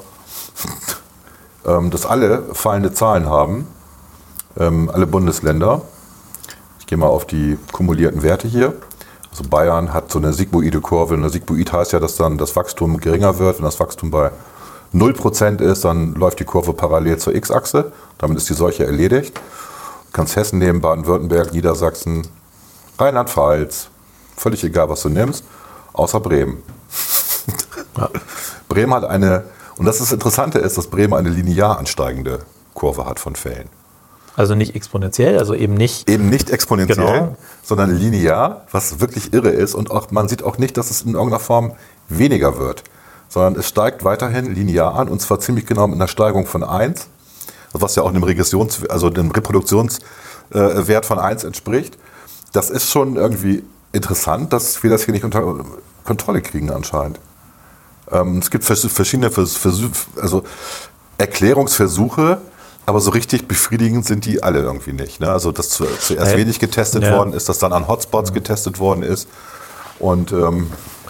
ähm, dass alle fallende Zahlen haben, ähm, alle Bundesländer. Ich gehe mal auf die kumulierten Werte hier. Also Bayern hat so eine sigmoide Kurve. Eine Sigmoid heißt ja, dass dann das Wachstum geringer wird. Wenn das Wachstum bei null Prozent ist, dann läuft die Kurve parallel zur X-Achse. Damit ist die Seuche erledigt. Du kannst Hessen nehmen, Baden-Württemberg, Niedersachsen, Rheinland-Pfalz. Völlig egal, was du nimmst, außer Bremen. Ja. Bremen hat eine, und das ist das Interessante ist, dass Bremen eine linear ansteigende Kurve hat von Fällen. Also nicht exponentiell, also eben nicht. Eben nicht exponentiell, Genau. sondern linear, was wirklich irre ist. Und auch, man sieht auch nicht, dass es in irgendeiner Form weniger wird, sondern es steigt weiterhin linear an, und zwar ziemlich genau mit einer Steigung von eins, was ja auch einem, Regressions-, also dem Reproduktionswert von eins entspricht. Das ist schon irgendwie interessant, dass wir das hier nicht unter Kontrolle kriegen anscheinend. Ähm, es gibt vers- verschiedene Vers- Versuch, also Erklärungsversuche, aber so richtig befriedigend sind die alle irgendwie nicht. Ne? Also dass zu, zuerst Ja. wenig getestet Ja. worden ist, dass dann an Hotspots getestet worden ist. Und ähm,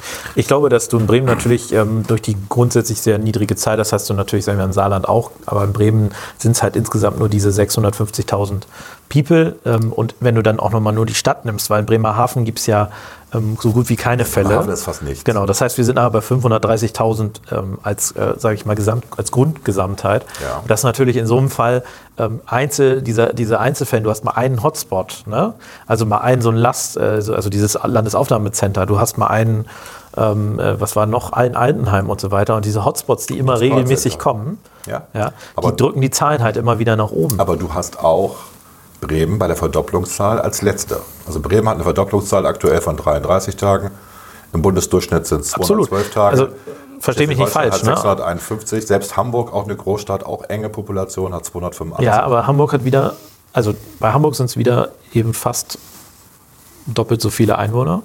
Ich glaube, dass du in Bremen natürlich ähm, durch die grundsätzlich sehr niedrige Zahl, das hast du natürlich, sagen wir, in Saarland auch, aber in Bremen sind es halt insgesamt nur diese sechshundertfünfzigtausend People. Ähm, und wenn du dann auch nochmal nur die Stadt nimmst, weil in Bremerhaven gibt es ja ähm, so gut wie keine Fälle. Bremerhaven ist fast nichts. Genau, das heißt, wir sind aber bei fünfhundertdreißigtausend ähm, als, äh, sage ich mal, Gesamt, als Grundgesamtheit. Ja. Und das ist natürlich in so einem Fall ähm, Einzel, dieser, diese Einzelfälle, du hast mal einen Hotspot, ne? Also mal einen so ein Last, äh, also dieses Landesaufnahmecenter, du hast mal einen, ähm, äh, was war noch, ein Altenheim und so weiter. Und diese Hotspots, die immer Das regelmäßig Callcenter. kommen, Ja. ja, Aber- die drücken die Zahlen halt immer wieder nach oben. Aber du hast auch Bremen bei der Verdopplungszahl als letzter. Also Bremen hat eine Verdopplungszahl aktuell von dreiunddreißig Tagen. Im Bundesdurchschnitt sind es zweihundertzwölf Tage. Also, versteh mich nicht Schleswig-Holstein falsch, hat ne? sechshunderteinundfünfzig. Selbst Hamburg, auch eine Großstadt, auch enge Population, hat zweihundertfünfundachtzig. Ja, aber Hamburg hat wieder, also bei Hamburg sind es wieder eben fast doppelt so viele Einwohner.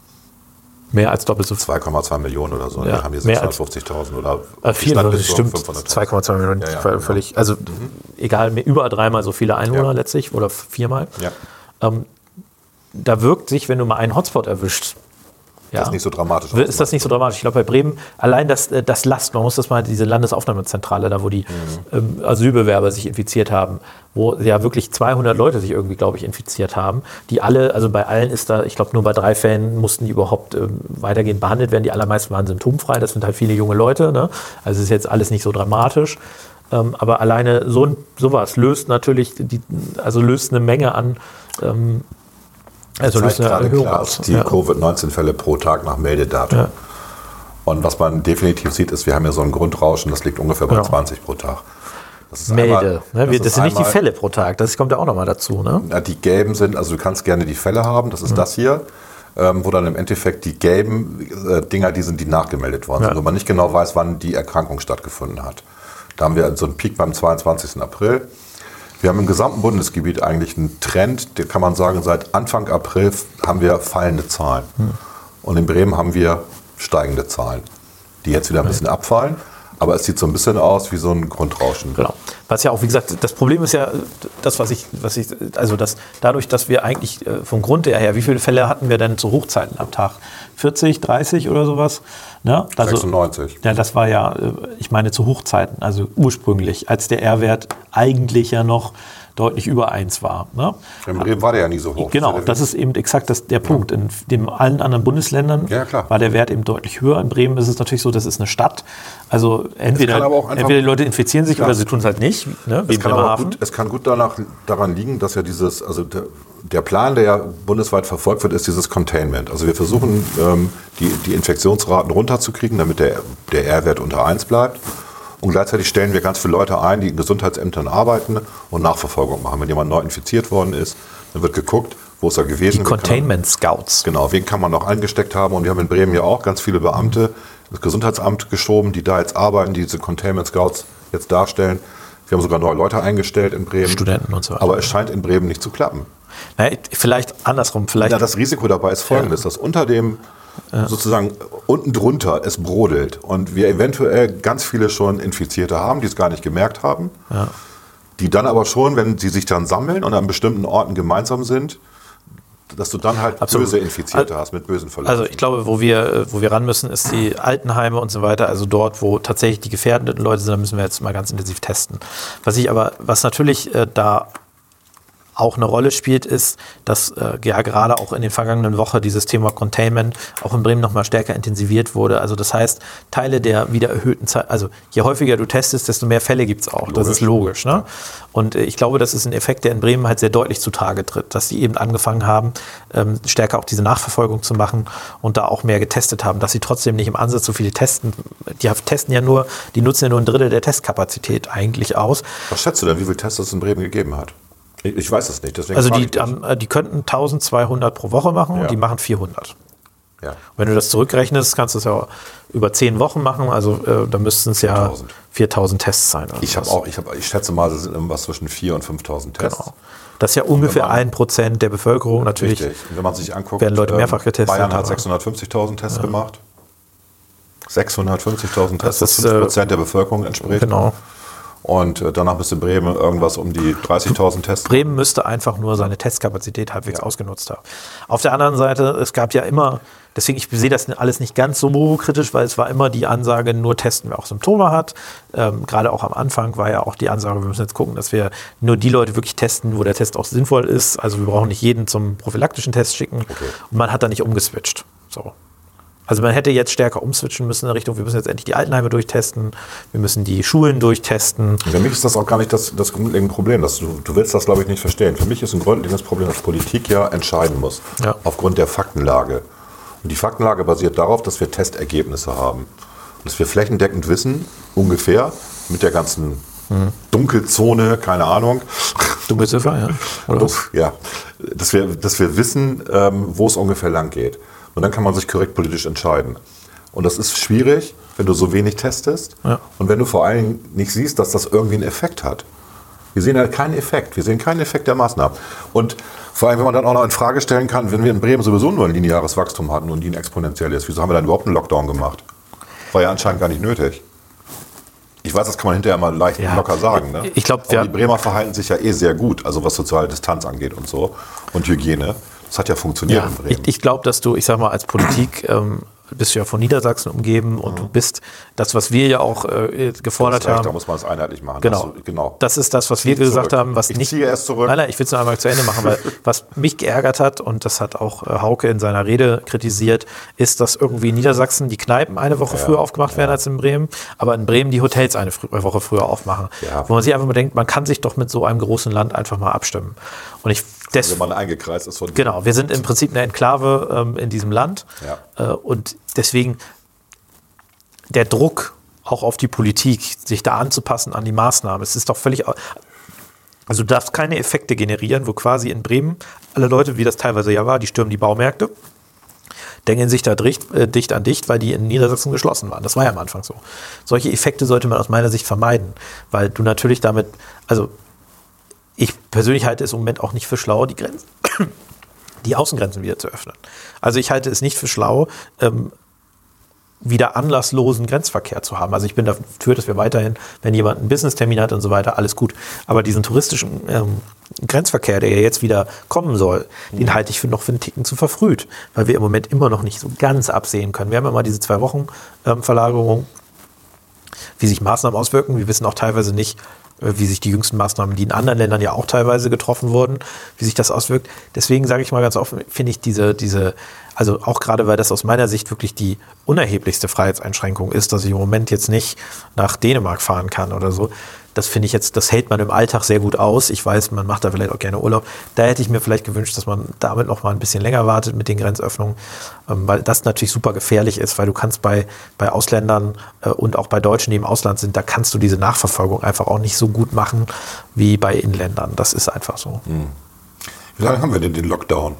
Mehr als doppelt so viele. zwei Komma zwei Millionen oder so. Ja, Dann haben die mehr als- sechshundertfünfzigtausend oder Äh, die viel, Stadt das bis zu stimmt. fünfhunderttausend. zwei Komma zwei Millionen, Ja, ja, völlig. völlig also egal, mehr- über dreimal so viele Einwohner Ja. letztlich oder viermal. Ja, Ähm, da wirkt sich, wenn du mal einen Hotspot erwischt, ja, das ist nicht so dramatisch. ist das nicht so dramatisch. Ich glaube, bei Bremen, allein das, äh, das Last, man muss das mal, diese Landesaufnahmezentrale, da wo die ähm, Asylbewerber sich infiziert haben, wo ja wirklich zweihundert Leute sich irgendwie, glaube ich, infiziert haben, die alle, also bei allen ist da, ich glaube, nur bei drei Fällen mussten die überhaupt ähm, weitergehend behandelt werden. Die allermeisten waren symptomfrei, das sind halt viele junge Leute, ne? Also es ist jetzt alles nicht so dramatisch. Ähm, aber alleine so ein, sowas löst natürlich, die, also löst eine Menge an, ähm, also löst eine gerade Erhöhung klar, aus. die Ja. Covid neunzehn Fälle pro Tag nach Meldedatum. Ja. Und was man definitiv sieht, ist, wir haben ja so ein Grundrauschen, das liegt ungefähr bei Ja. zwanzig pro Tag. Das ist Melde. einmal- ne? Wir, das ist sind nicht die einmal- Fälle pro Tag, das kommt ja auch nochmal dazu. Ne? Ja, die gelben sind, also du kannst gerne die Fälle haben, das ist Mhm. das hier, ähm, wo dann im Endeffekt die gelben äh, Dinger, die sind, die nachgemeldet worden Ja. sind, wo man nicht genau weiß, wann die Erkrankung stattgefunden hat. Da haben wir so einen Peak beim zweiundzwanzigsten April. Wir haben im gesamten Bundesgebiet eigentlich einen Trend, den kann man sagen, seit Anfang April haben wir fallende Zahlen. Hm. Und in Bremen haben wir steigende Zahlen, die jetzt wieder ein bisschen abfallen. Aber es sieht so ein bisschen aus wie so ein Grundrauschen. Genau. Was ja auch, wie gesagt, das Problem ist ja, das, was ich, was ich, also das, dadurch, dass wir eigentlich äh, vom Grund her, wie viele Fälle hatten wir denn zu Hochzeiten am Tag? vierzig, dreißig oder sowas? Ne? Also, sechsundneunzig. ja, das war ja, äh, ich meine zu Hochzeiten, also ursprünglich, als der R-Wert eigentlich ja noch deutlich über eins war. Ne? In Bremen war der ja nie so hoch. Genau, das ist eben exakt das, der Punkt. In den allen anderen Bundesländern Ja, klar. war der Wert eben deutlich höher. In Bremen ist es natürlich so, das ist eine Stadt. Also entweder, kann aber auch einfach- entweder die Leute infizieren sich Klar. oder sie tun es halt nicht, ne? wie Es in kann, aber Bremerhaven. gut, es kann gut danach, daran liegen, dass ja dieses, also der, der Plan, der ja bundesweit verfolgt wird, ist dieses Containment. Also wir versuchen, ähm, die, die Infektionsraten runterzukriegen, damit der, der R-Wert unter eins bleibt. Und gleichzeitig stellen wir ganz viele Leute ein, die in Gesundheitsämtern arbeiten und Nachverfolgung machen. Wenn jemand neu infiziert worden ist, dann wird geguckt, wo ist er gewesen. Die wen kann er- Containment Scouts. Genau, wen kann man noch eingesteckt haben? Und wir haben in Bremen ja auch ganz viele Beamte ins Gesundheitsamt geschoben, die da jetzt arbeiten, die diese Containment Scouts jetzt darstellen. Wir haben sogar neue Leute eingestellt in Bremen. Studenten und so weiter. Aber es scheint in Bremen nicht zu klappen. Na, vielleicht andersrum, vielleicht. Ja, das Risiko dabei ist folgendes, dass unter dem, sozusagen unten drunter es brodelt und wir eventuell ganz viele schon Infizierte haben, die es gar nicht gemerkt haben, Ja. die dann aber schon, wenn sie sich dann sammeln und an bestimmten Orten gemeinsam sind, dass du dann halt Absolut. böse Infizierte Al- hast mit bösen Verläufen. Also ich glaube, wo wir, äh, wo wir ran müssen, ist die Altenheime und so weiter, also dort, wo tatsächlich die gefährdeten Leute sind, da müssen wir jetzt mal ganz intensiv testen. Was ich aber, was natürlich äh, da auch eine Rolle spielt, ist, dass äh, ja gerade auch in den vergangenen Wochen dieses Thema Containment auch in Bremen nochmal stärker intensiviert wurde. Also das heißt, Teile der wieder erhöhten Zeit, also je häufiger du testest, desto mehr Fälle gibt es auch. Das ist logisch. Ne? Und äh, ich glaube, das ist ein Effekt, der in Bremen halt sehr deutlich zutage tritt, dass sie eben angefangen haben, ähm, stärker auch diese Nachverfolgung zu machen und da auch mehr getestet haben, dass sie trotzdem nicht im Ansatz so viele testen. Die testen ja nur, die nutzen ja nur ein Drittel der Testkapazität eigentlich aus. Was schätzt du denn, wie viele Tests es in Bremen gegeben hat? Ich, ich weiß es nicht, deswegen Also frage die, ich dich. ähm, äh, die könnten eintausendzweihundert pro Woche machen Ja. und die machen vierhundert. Ja. Wenn du das zurückrechnest, kannst du es ja über zehn Wochen machen, also äh, da müssten es ja viertausend. viertausend Tests sein. Also Ich habe das- auch, ich, hab, ich schätze mal, es sind irgendwas zwischen viertausend und fünftausend Tests. Genau. Das ist ja ungefähr Wenn man- ein Prozent der Bevölkerung natürlich. Richtig. Und wenn man sich anguckt, werden Leute mehrfach getestet, Bayern hat aber- sechshundertfünfzigtausend Tests gemacht. sechshundertfünfzigtausend Tests, Das was ist, fünf Prozent der Bevölkerung entspricht. Genau. Und äh, danach bist du in Bremen irgendwas um die dreißigtausend Tests. Bremen müsste einfach nur seine Testkapazität halbwegs ja. ausgenutzt haben. Auf der anderen Seite, es gab ja immer, deswegen ich sehe das alles nicht ganz so kritisch, weil es war immer die Ansage, nur testen, wer auch Symptome hat. Ähm, gerade auch am Anfang war ja auch die Ansage, wir müssen jetzt gucken, dass wir nur die Leute wirklich testen, wo der Test auch sinnvoll ist. Also wir brauchen nicht jeden zum prophylaktischen Test schicken. Okay. Und man hat da nicht umgeswitcht. So. Also man hätte jetzt stärker umswitchen müssen in Richtung, wir müssen jetzt endlich die Altenheime durchtesten, wir müssen die Schulen durchtesten. Für mich ist das auch gar nicht das, das grundlegende Problem. Das, du, du willst das, glaube ich, nicht verstehen. Für mich ist ein grundlegendes Problem, dass Politik ja entscheiden muss, ja. aufgrund der Faktenlage. Und die Faktenlage basiert darauf, dass wir Testergebnisse haben. Und dass wir flächendeckend wissen, ungefähr, mit der ganzen mhm. Dunkelzone, keine Ahnung. Dunkelziffer, ja. Oder was? Ja, dass wir, dass wir wissen, ähm, wo es ungefähr lang geht. Und dann kann man sich korrekt politisch entscheiden. Und das ist schwierig, wenn du so wenig testest ja. und wenn du vor allem nicht siehst, dass das irgendwie einen Effekt hat. Wir sehen halt keinen Effekt. Wir sehen keinen Effekt der Maßnahmen. Und vor allem, wenn man dann auch noch in Frage stellen kann, wenn wir in Bremen sowieso nur ein lineares Wachstum hatten und die ein exponentielles, wieso haben wir dann überhaupt einen Lockdown gemacht? War ja anscheinend gar nicht nötig. Ich weiß, das kann man hinterher mal leicht ja. locker sagen. Ne? Ich glaub, Aber die Bremer verhalten sich ja eh sehr gut, also was soziale Distanz angeht und so und Hygiene. Das hat ja funktioniert ja, in Bremen. Ich, ich glaube, dass du, ich sag mal, als Politik ähm, bist du ja von Niedersachsen umgeben und mhm. du bist das, was wir ja auch äh, gefordert das recht, haben. Da muss man es einheitlich machen. Genau. Das, genau. das ist das, was wir gesagt zurück. haben. Was ich nicht, ziehe erst zurück. Nein, nein, ich will es noch einmal zu Ende machen, weil was mich geärgert hat, und das hat auch äh, Hauke in seiner Rede kritisiert, ist, dass irgendwie in Niedersachsen die Kneipen eine Woche ja. früher aufgemacht ja. werden als in Bremen, aber in Bremen die Hotels eine frü- Woche früher aufmachen. Ja. Wo man sich einfach mal denkt, man kann sich doch mit so einem großen Land einfach mal abstimmen. Und ich Des- Wenn man eingekreist ist von Genau, wir sind im Prinzip eine Enklave ähm, in diesem Land. Ja. Äh, und deswegen der Druck auch auf die Politik, sich da anzupassen an die Maßnahmen. Es ist doch völlig. Also du darfst keine Effekte generieren, wo quasi in Bremen alle Leute, wie das teilweise ja war, die stürmen die Baumärkte, denken sich da dicht, äh, dicht an dicht, weil die in Niedersachsen geschlossen waren. Das war ja am Anfang so. Solche Effekte sollte man aus meiner Sicht vermeiden, weil du natürlich damit, also ich persönlich halte es im Moment auch nicht für schlau, die Grenzen, die Außengrenzen wieder zu öffnen. Also ich halte es nicht für schlau, ähm, wieder anlasslosen Grenzverkehr zu haben. Also ich bin dafür, dass wir weiterhin, wenn jemand einen Business-Termin hat und so weiter, alles gut. Aber diesen touristischen ähm, Grenzverkehr, der ja jetzt wieder kommen soll, mhm. den halte ich für noch für einen Ticken zu verfrüht, weil wir im Moment immer noch nicht so ganz absehen können. Wir haben ja mal diese zwei Wochen ähm, Verlagerung, wie sich Maßnahmen auswirken. Wir wissen auch teilweise nicht, wie sich die jüngsten Maßnahmen, die in anderen Ländern ja auch teilweise getroffen wurden, wie sich das auswirkt. Deswegen sage ich mal ganz offen, finde ich diese, diese, also auch gerade, weil das aus meiner Sicht wirklich die unerheblichste Freiheitseinschränkung ist, dass ich im Moment jetzt nicht nach Dänemark fahren kann oder so. Das finde ich jetzt, das hält man im Alltag sehr gut aus. Ich weiß, man macht da vielleicht auch gerne Urlaub. Da hätte ich mir vielleicht gewünscht, dass man damit noch mal ein bisschen länger wartet mit den Grenzöffnungen, ähm, weil das natürlich super gefährlich ist, weil du kannst bei, bei Ausländern äh, und auch bei Deutschen, die im Ausland sind, da kannst du diese Nachverfolgung einfach auch nicht so gut machen wie bei Inländern. Das ist einfach so. Hm. Wie lange haben wir denn den Lockdown?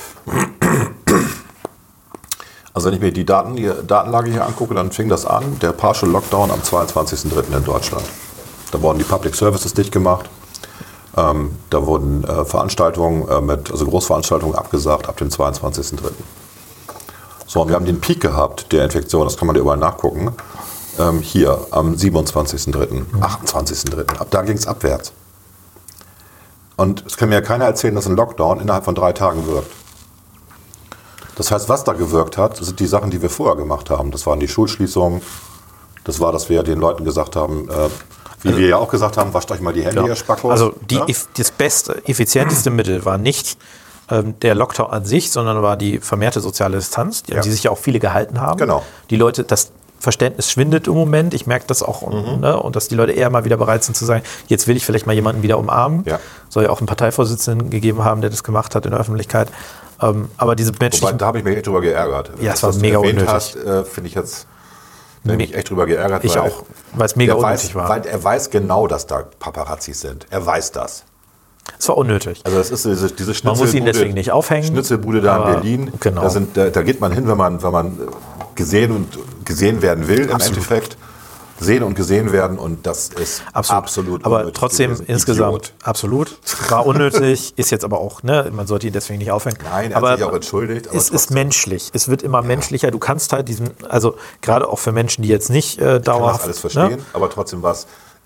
Also wenn ich mir die, Daten, die Datenlage hier angucke, dann fing das an, der Partial Lockdown am zweiundzwanzigsten dritten in Deutschland. Da wurden die Public Services dicht gemacht. Ähm, da wurden äh, Veranstaltungen, äh, mit, also Großveranstaltungen abgesagt ab dem zweiundzwanzigsten dritten So, und wir haben den Peak gehabt der Infektion, das kann man ja überall nachgucken, ähm, hier am siebenundzwanzigsten dritten achtundzwanzigsten dritten Ab da ging es abwärts. Und es kann mir ja keiner erzählen, dass ein Lockdown innerhalb von drei Tagen wirkt. Das heißt, was da gewirkt hat, sind die Sachen, die wir vorher gemacht haben. Das waren die Schulschließungen, das war, dass wir den Leuten gesagt haben, äh, wie wir ja auch gesagt haben, wascht euch mal die Hände, ja. ihr Spackos. Also die, ja? das beste, effizienteste Mittel war nicht ähm, der Lockdown an sich, sondern war die vermehrte soziale Distanz, die, ja. die sich ja auch viele gehalten haben. Genau. Die Leute, das Verständnis schwindet im Moment. Ich merke das auch, mhm. ne, und dass die Leute eher mal wieder bereit sind zu sagen, jetzt will ich vielleicht mal jemanden wieder umarmen. Ja. Soll ja auch einen Parteivorsitzenden gegeben haben, der das gemacht hat in der Öffentlichkeit. Ähm, aber diese Menschen. Wobei, da habe ich mich echt drüber geärgert. Ja, es war mega unnötig. Hast, äh, finde ich jetzt. Da habe ich mich echt drüber geärgert. Ich weil auch, weil es mega unnötig weiß, war. Weil er weiß genau, dass da Paparazzis sind. Er weiß das. Es war unnötig. Also das ist diese, diese Schnitzelbude. Man muss ihn deswegen nicht aufhängen. Schnitzelbude da in Berlin. Genau. Da, sind, da, da geht man hin, wenn man, wenn man gesehen und gesehen werden will. Im Absolut. Endeffekt sehen und gesehen werden, und das ist absolut, absolut aber unnötig. trotzdem gewesen. insgesamt Idiot. Absolut. War unnötig, ist jetzt aber auch, ne, man sollte ihn deswegen nicht aufhängen. Nein, er aber hat sich auch entschuldigt. Aber es ist menschlich. Es wird immer ja. menschlicher. Du kannst halt diesen, also gerade auch für Menschen, die jetzt nicht äh, dauerhaft. Ich kann das alles verstehen, ne? aber trotzdem was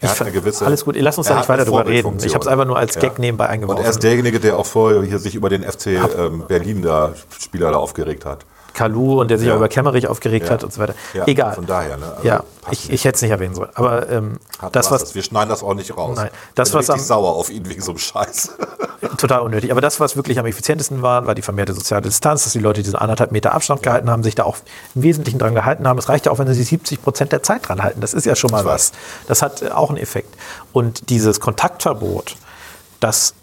Er Ich hat eine ver- gewisse, alles gut, lass uns da er nicht hat weiter eine drüber reden. Vorbildfunktion. Ich habe es einfach nur als Ja. Gag nebenbei Und eingeworfen. er ist derjenige, der auch vorher hier sich über den F C ähm, Berlin da Spieler da aufgeregt hat. Kalu und der sich Ja. auch über Kemmerich aufgeregt Ja. hat und so weiter. Ja, Egal. Von daher, ne? Also ja, passt ich, nicht. ich hätte es nicht erwähnen sollen. Aber ähm, Hat das, was, was wir schneiden das auch nicht raus. Nein, das, Bin was richtig am- sauer auf ihn wegen so einem Scheiß. total unnötig. Aber das, was wirklich am effizientesten war, war die vermehrte soziale Distanz, dass die Leute diesen anderthalb Meter Abstand gehalten haben, sich da auch im Wesentlichen dran gehalten haben. Es reicht ja auch, wenn sie sich siebzig Prozent der Zeit dran halten. Das ist ja schon mal Ich weiß. was. Das hat äh, auch einen Effekt. Und dieses Kontaktverbot, das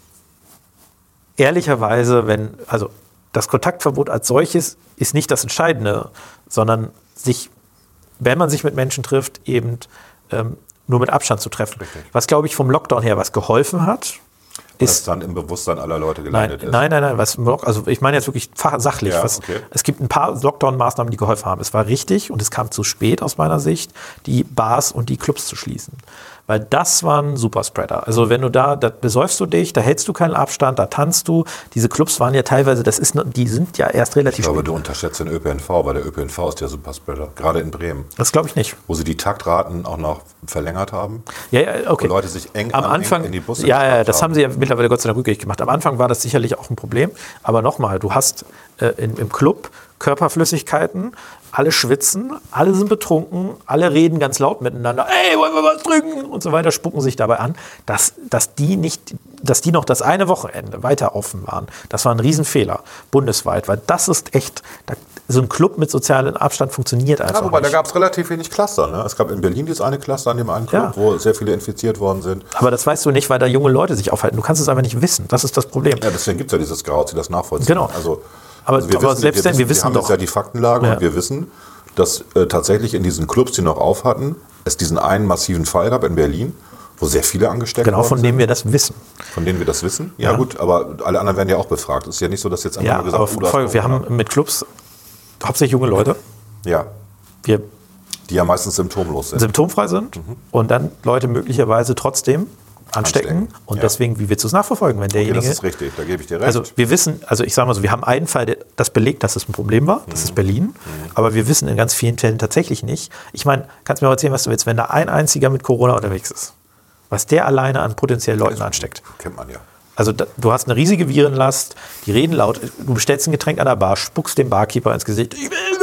ehrlicherweise, wenn, also das Kontaktverbot als solches ist nicht das Entscheidende, sondern sich, wenn man sich mit Menschen trifft, eben ähm, nur mit Abstand zu treffen. Richtig. Was, glaube ich, vom Lockdown her was geholfen hat, Das ist dann im Bewusstsein aller Leute Nein, gelandet ist. nein, nein, nein. Was, also ich meine jetzt wirklich fach- sachlich. Ja, was, okay. Es gibt ein paar Lockdown-Maßnahmen, die geholfen haben. Es war richtig und es kam zu spät aus meiner Sicht, die Bars und die Clubs zu schließen. Weil das waren Superspreader. Also wenn du da, da besäufst du dich, da hältst du keinen Abstand, da tanzt du. Diese Clubs waren ja teilweise, das ist, die sind ja erst relativ Ich glaube, spät. du unterschätzt den Ö P N V, weil der Ö P N V ist der Superspreader. Gerade in Bremen, Das glaube ich nicht. wo sie die Taktraten auch noch verlängert haben. Ja, ja, okay. Wo Leute sich eng Am an- eng Anfang, in die Busse ja, ja, gebracht das haben haben. sie ja mittlerweile Gott sei Dank rückgängig gemacht. Am Anfang war das sicherlich auch ein Problem. Aber nochmal, du hast äh, in, im Club Körperflüssigkeiten, alle schwitzen, alle sind betrunken, alle reden ganz laut miteinander, ey, wollen wir was trinken und so weiter, spucken sich dabei an, dass, dass die nicht, dass die noch das eine Wochenende weiter offen waren. Das war ein Riesenfehler, bundesweit, weil das ist echt, da, so ein Club mit sozialem Abstand funktioniert einfach Ja, wobei, da nicht. gab es relativ wenig Cluster. Ne? Es gab in Berlin dieses eine Cluster an dem einen Club, Ja. wo sehr viele infiziert worden sind. Aber das weißt du nicht, weil da junge Leute sich aufhalten. Du kannst es aber nicht wissen. Das ist das Problem. Ja, deswegen gibt es ja diese Scouts, die das nachvollziehen. Genau. Also, Aber- also wir aber wissen, selbst wir denn, wir wissen haben doch- jetzt ja die Faktenlage Ja. und wir wissen, dass äh, tatsächlich in diesen Clubs, die noch auf hatten, es diesen einen massiven Fall gab in Berlin, wo sehr viele angesteckt Genau, worden von sind. dem wir das wissen. Von denen wir das wissen? Ja, Ja. gut, aber alle anderen werden ja auch befragt. Es ist ja nicht so, dass jetzt einfach Ja, nur gesagt aber oh, da ist Folge, wir Corona. haben mit Clubs hauptsächlich junge Leute, Ja, wir die ja meistens symptomlos sind. symptomfrei sind und dann Leute möglicherweise trotzdem anstecken. Anstecken, Und ja. deswegen, wie willst du es nachverfolgen, wenn Okay, derjenige... das ist richtig, da gebe ich dir recht. Also wir wissen, also ich sage mal so, wir haben einen Fall, der das belegt, dass es ein Problem war, das Mhm. ist Berlin, aber wir wissen in ganz vielen Fällen tatsächlich nicht. Ich meine, kannst du mir mal erzählen, was du willst, wenn da ein einziger mit Corona unterwegs ist, was der alleine an potenziell Leuten ansteckt. Kennt man ja. Also da, du hast eine riesige Virenlast, die reden laut, du bestellst ein Getränk an der Bar, spuckst dem Barkeeper ins Gesicht.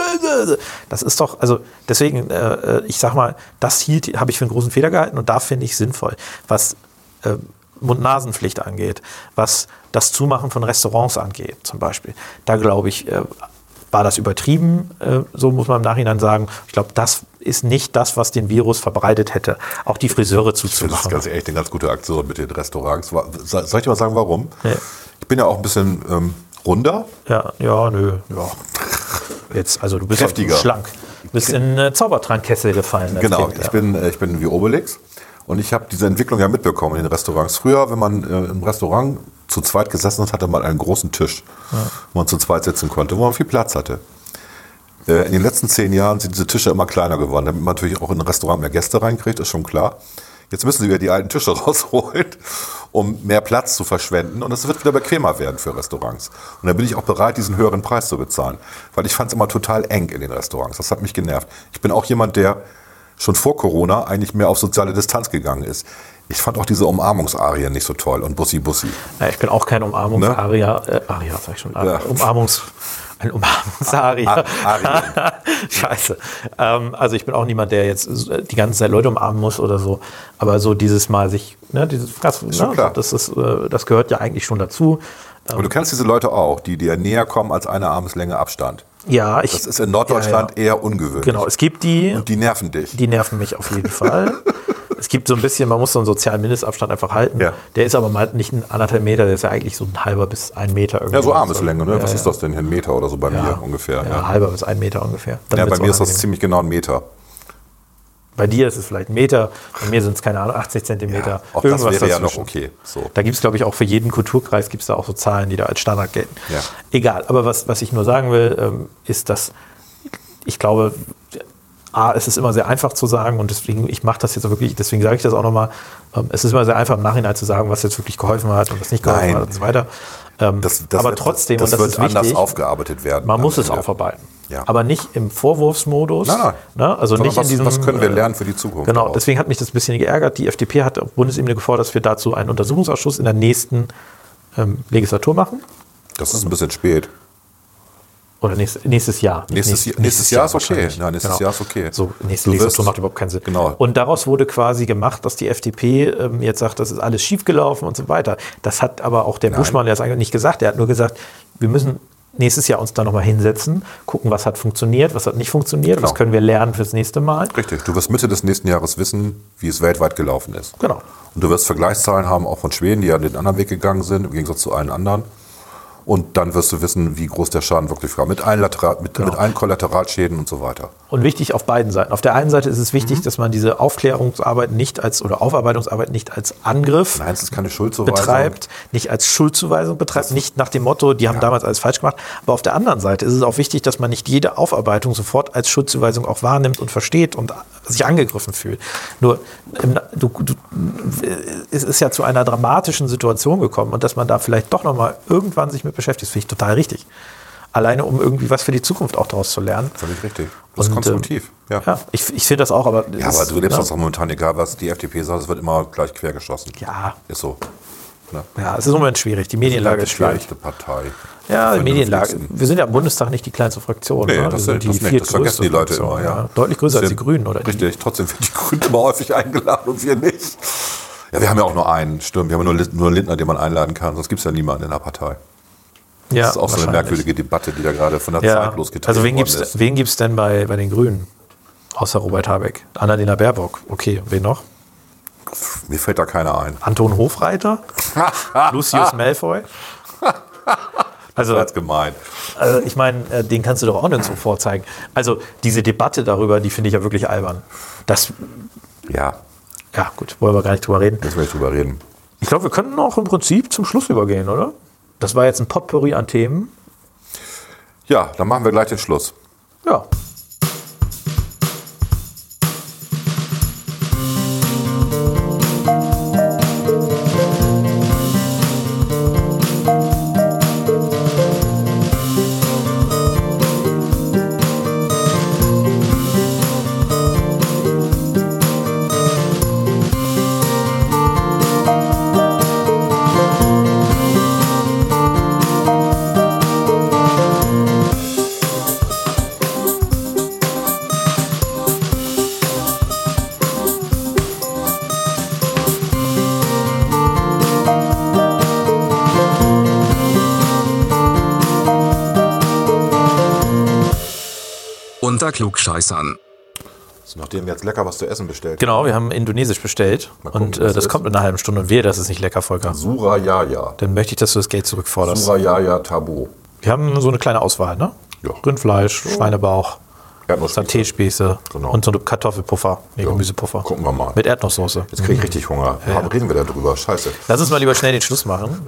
Das ist doch, also deswegen, äh, ich sag mal, das hielt, habe ich für einen großen Fehler gehalten und da finde ich sinnvoll. Was äh, Mund-Nasen-Pflicht angeht, was das Zumachen von Restaurants angeht zum Beispiel, da glaube ich, äh, war das übertrieben, äh, so muss man im Nachhinein sagen. Ich glaube, das ist nicht das, was den Virus verbreitet hätte, auch die Friseure Ich finde das zuzumachen. ganz ehrlich eine ganz gute Aktion mit den Restaurants. Wa- Soll ich dir mal sagen, warum? Ja. Ich bin ja auch ein bisschen ähm, runder. Ja, ja, nö, ja. Jetzt, also du bist Kräftiger. auch schlank. Du bist in äh, Zaubertrankkessel gefallen. als Genau, Kind, ich ja. bin, äh, ich bin wie Obelix und ich habe diese Entwicklung ja mitbekommen in den Restaurants. Früher, wenn man äh, im Restaurant zu zweit gesessen hat, hatte man einen großen Tisch, wo man zu zweit sitzen konnte, wo man viel Platz hatte. Äh, in den letzten zehn Jahren sind diese Tische immer kleiner geworden, damit man natürlich auch in ein Restaurant mehr Gäste reinkriegt, ist schon klar. Jetzt müssen sie wieder die alten Tische rausholen, um mehr Platz zu verschwenden. Und es wird wieder bequemer werden für Restaurants. Und da bin ich auch bereit, diesen höheren Preis zu bezahlen. Weil ich fand es immer total eng in den Restaurants. Das hat mich genervt. Ich bin auch jemand, der schon vor Corona eigentlich mehr auf soziale Distanz gegangen ist. Ich fand auch diese Umarmungsarien nicht so toll und Bussi-Bussi. Ja, ich bin auch kein Umarmungs-Aria. Äh, Aria, sag ich schon. Ja. Umarmungs... Ein Umarmungs-Aria. Ah, Arien. Scheiße. Ähm, also ich bin auch niemand, der jetzt die ganze Zeit Leute umarmen muss oder so. Aber so dieses Mal sich, ne, dieses, das, ne, schon klar. das ist, äh, das gehört ja eigentlich schon dazu. Aber du kennst diese Leute auch, die dir näher kommen als eine Armeslänge Abstand. Ja, ich. Das ist in Norddeutschland ja, ja. eher ungewöhnlich. Genau, es gibt die, Und die nerven dich. die nerven mich auf jeden Fall. Es gibt so ein bisschen, man muss so einen sozialen Mindestabstand einfach halten. Ja. Der ist aber mal nicht ein anderthalb Meter, der ist ja eigentlich so ein halber bis ein Meter. Ja, so Armeslänge, ne? Ja, Was ja. ist das denn? Ein Meter oder so bei mir ungefähr. Ja, Ja, halber bis ein Meter ungefähr. Dann ja bei wird's mir ist das unangenehm. ziemlich genau ein Meter. Bei dir ist es vielleicht ein Meter, bei mir sind es, keine Ahnung, achtzig Zentimeter. Ja, auch das irgendwas wäre ja noch dazwischen. okay. So. Da gibt es, glaube ich, auch für jeden Kulturkreis gibt es da auch so Zahlen, die da als Standard gelten. Ja. Egal, aber was, was ich nur sagen will, ähm, ist, dass ich glaube, A, es ist immer sehr einfach zu sagen und deswegen, ich mache das jetzt wirklich, deswegen sage ich das auch nochmal, ähm, es ist immer sehr einfach im Nachhinein zu sagen, was jetzt wirklich geholfen hat und was nicht geholfen Nein. hat und so weiter. Ähm, Das, das aber wird, trotzdem, das, das und das wird ist anders wichtig, aufgearbeitet werden. man am muss es Ende. aufarbeiten. Ja. Aber nicht im Vorwurfsmodus. Nein, nein. Ne? Also Sondern nicht was, in diesem, was können wir äh, lernen für die Zukunft? Genau, daraus? deswegen hat mich das ein bisschen geärgert. Die F D P hat auf Bundesebene gefordert, dass wir dazu einen Untersuchungsausschuss in der nächsten ähm, Legislatur machen. Das ist ein bisschen spät. Oder nächstes, nächstes Jahr. Nächstes, Nächst- nächstes Jahr ist okay. wahrscheinlich. Ja, nächstes Genau. Jahr ist okay. So, nächste Du Legislatur wirst- macht überhaupt keinen Sinn. Genau. Und daraus wurde quasi gemacht, dass die F D P ähm, jetzt sagt, das ist alles schiefgelaufen und so weiter. Das hat aber auch der Nein. Buschmann der hat eigentlich nicht gesagt. Er hat nur gesagt, wir müssen nächstes Jahr uns da nochmal hinsetzen, gucken, was hat funktioniert, was hat nicht funktioniert, Genau. was können wir lernen fürs nächste Mal. Richtig. Du wirst Mitte des nächsten Jahres wissen, wie es weltweit gelaufen ist. Genau. Und du wirst Vergleichszahlen haben, auch von Schweden, die ja den anderen Weg gegangen sind, im Gegensatz zu allen anderen. Und dann wirst du wissen, wie groß der Schaden wirklich war. Mit allen, Lateral, mit, Genau. mit allen Kollateralschäden und so weiter. Und wichtig auf beiden Seiten. Auf der einen Seite ist es wichtig, dass man diese Aufklärungsarbeit nicht als oder Aufarbeitungsarbeit nicht als Angriff Nein, es ist keine Schuldzuweisung. betreibt, nicht als Schuldzuweisung betreibt, nicht nach dem Motto, die haben damals alles falsch gemacht. Aber auf der anderen Seite ist es auch wichtig, dass man nicht jede Aufarbeitung sofort als Schuldzuweisung auch wahrnimmt und versteht und sich angegriffen fühlt. Nur, im, du, du, es ist ja zu einer dramatischen Situation gekommen und dass man da vielleicht doch nochmal irgendwann sich mit beschäftigt, finde ich total richtig. Alleine, um irgendwie was für die Zukunft auch daraus zu lernen. Völlig richtig. Das ist Und, konstruktiv. ähm, ja. Ja, ich, ich finde das auch, aber... Ja, aber du lebst uns auch momentan, egal was die F D P sagt, es wird immer gleich quergeschossen. Ja, Ist so. Ne? ja, es ist im Moment schwierig. Die Medienlage ist Die schwierig. leichte Partei. Ja, die Am Medienlage. vernünftigsten. Wir sind ja im Bundestag nicht die kleinste Fraktion. Nee, ne? das Wir sind- sind die das nicht. Das viertgrößte vergessen die Leute Fraktion, immer, ja. Deutlich größer als die Sind- Grünen, oder? Richtig, trotzdem werden die Grünen immer häufig eingeladen und wir nicht. Ja, wir haben ja auch nur einen, stimmt. Wir haben nur, Lind- nur Lindner, den man einladen kann. Sonst gibt es ja niemanden in der Partei. Ja, Das ist auch so eine wahrscheinlich. merkwürdige Debatte, die da gerade von der Ja, Zeit losgetreten also wen worden gibt's, ist. wen gibt's denn bei, bei den Grünen? Außer Robert Habeck. Annalena Baerbock. Okay, wen noch? Mir fällt da keiner ein. Anton Hofreiter? Lucius Malfoy? Also, Das ist gemein. also ich meine, äh, den kannst du doch auch nirgendwo vorzeigen. Also diese Debatte darüber, die finde ich ja wirklich albern. Das, Ja, ja gut, wollen wir gar nicht drüber reden. müssen wir nicht drüber reden. Ich glaube, wir könnten auch im Prinzip zum Schluss übergehen, oder? Das war jetzt ein Potpourri an Themen. Ja, dann machen wir gleich den Schluss. Ja. Unter Klugscheißern. So, nachdem wir jetzt lecker was zu essen bestellt Genau, wir haben Indonesisch bestellt. Mal gucken, und was äh, das ist. kommt in einer halben Stunde. Und wehe, das ist nicht lecker, Volker. Surayaya. Dann möchte ich, dass du das Geld zurückforderst. Surayaya Tabu. Wir haben so eine kleine Auswahl, ne? Ja. Rindfleisch, Schweinebauch, Erdnussspieße. Saté-Spieße Genau. und so eine Kartoffelpuffer, nee, Ja. Gemüsepuffer. Gucken wir mal. Mit Erdnusssoße. Jetzt kriege ich richtig Hunger. Warum reden wir da drüber? Scheiße. Lass uns mal lieber schnell den Schluss machen.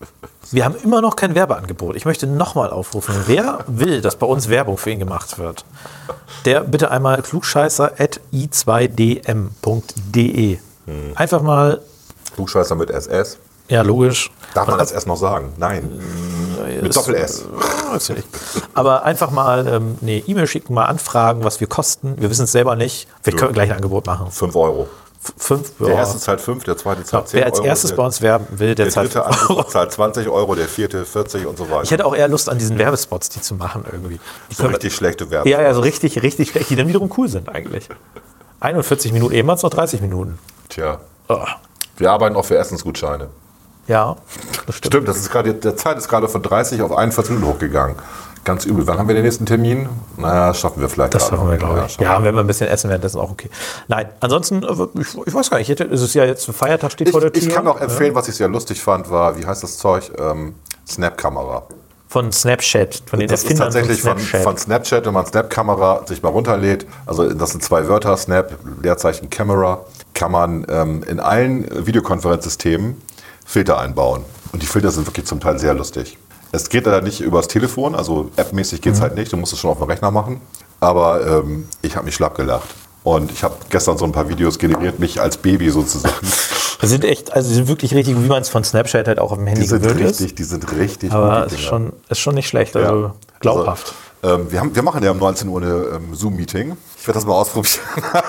Wir haben immer noch kein Werbeangebot. Ich möchte nochmal aufrufen, wer will, dass bei uns Werbung für ihn gemacht wird, der bitte einmal klugscheißer at i zwei d m punkt d e. Einfach mal, Klugscheißer mit S S. ja logisch. Darf man das S noch sagen? Nein. Mit Doppel-S. Ja, weiß ich nicht. Aber einfach mal ähm, eine E-Mail schicken, mal anfragen, was wir kosten. Wir wissen es selber nicht. Wir können gleich ein Angebot machen. fünf Euro. F- Fünf, Der ja. erste zahlt fünf, der zweite zahlt zehn Wer als Euro. erstes der, bei uns werben will, der, der zahlt dritte fünf Euro. Anrufer zahlt zwanzig Euro, der vierte vierzig und so weiter. Ich hätte auch eher Lust an diesen Werbespots, die zu machen irgendwie. Die so können wir- richtig schlechte Werbung. Ja, ja, so richtig, richtig schlecht, die dann wiederum cool sind eigentlich. einundvierzig Minuten, eben waren es noch dreißig Minuten. Tja, Oh. wir arbeiten auch für Essensgutscheine. Ja, das stimmt. Stimmt, das ist gerade, der Zeit ist gerade von dreißig auf einundvierzig Minuten hochgegangen. Ganz übel. Wann haben wir den nächsten Termin? Naja, schaffen wir vielleicht. Das gerade schaffen wir, noch. glaube ich. schaffen Ja, wenn wir ein bisschen essen werden, das ist auch okay. Nein, ansonsten, äh, ich, ich weiß gar nicht, hätte- es ist ja jetzt ein Feiertag, steht vor der Ich, Tür. ich kann auch empfehlen, was ich sehr lustig fand, war, wie heißt das Zeug? Ähm, Snap-Kamera. Von Snapchat, von den Das ist Erfindern tatsächlich von von, Snapchat. von Snapchat, wenn man Snap-Kamera sich mal runterlädt, also das sind zwei Wörter, Snap, Leerzeichen Camera, kann man ähm, in allen Videokonferenzsystemen Filter einbauen. Und die Filter sind wirklich zum Teil sehr lustig. Es geht leider nicht übers Telefon, also appmäßig geht es halt nicht, du musst es schon auf dem Rechner machen. Aber ähm, ich habe mich schlapp gelacht. Und ich habe gestern so ein paar Videos generiert, mich als Baby sozusagen. Die sind echt, also die sind wirklich richtig, wie man es von Snapchat halt auch auf dem Handy Die sind gewöhnt richtig, ist. die sind richtig Aber gut, es ist schon, ist schon nicht schlecht, also Ja. glaubhaft. Also, ähm, wir, haben, wir machen ja um neunzehn Uhr eine ähm, Zoom-Meeting. Ich werde das mal ausprobieren.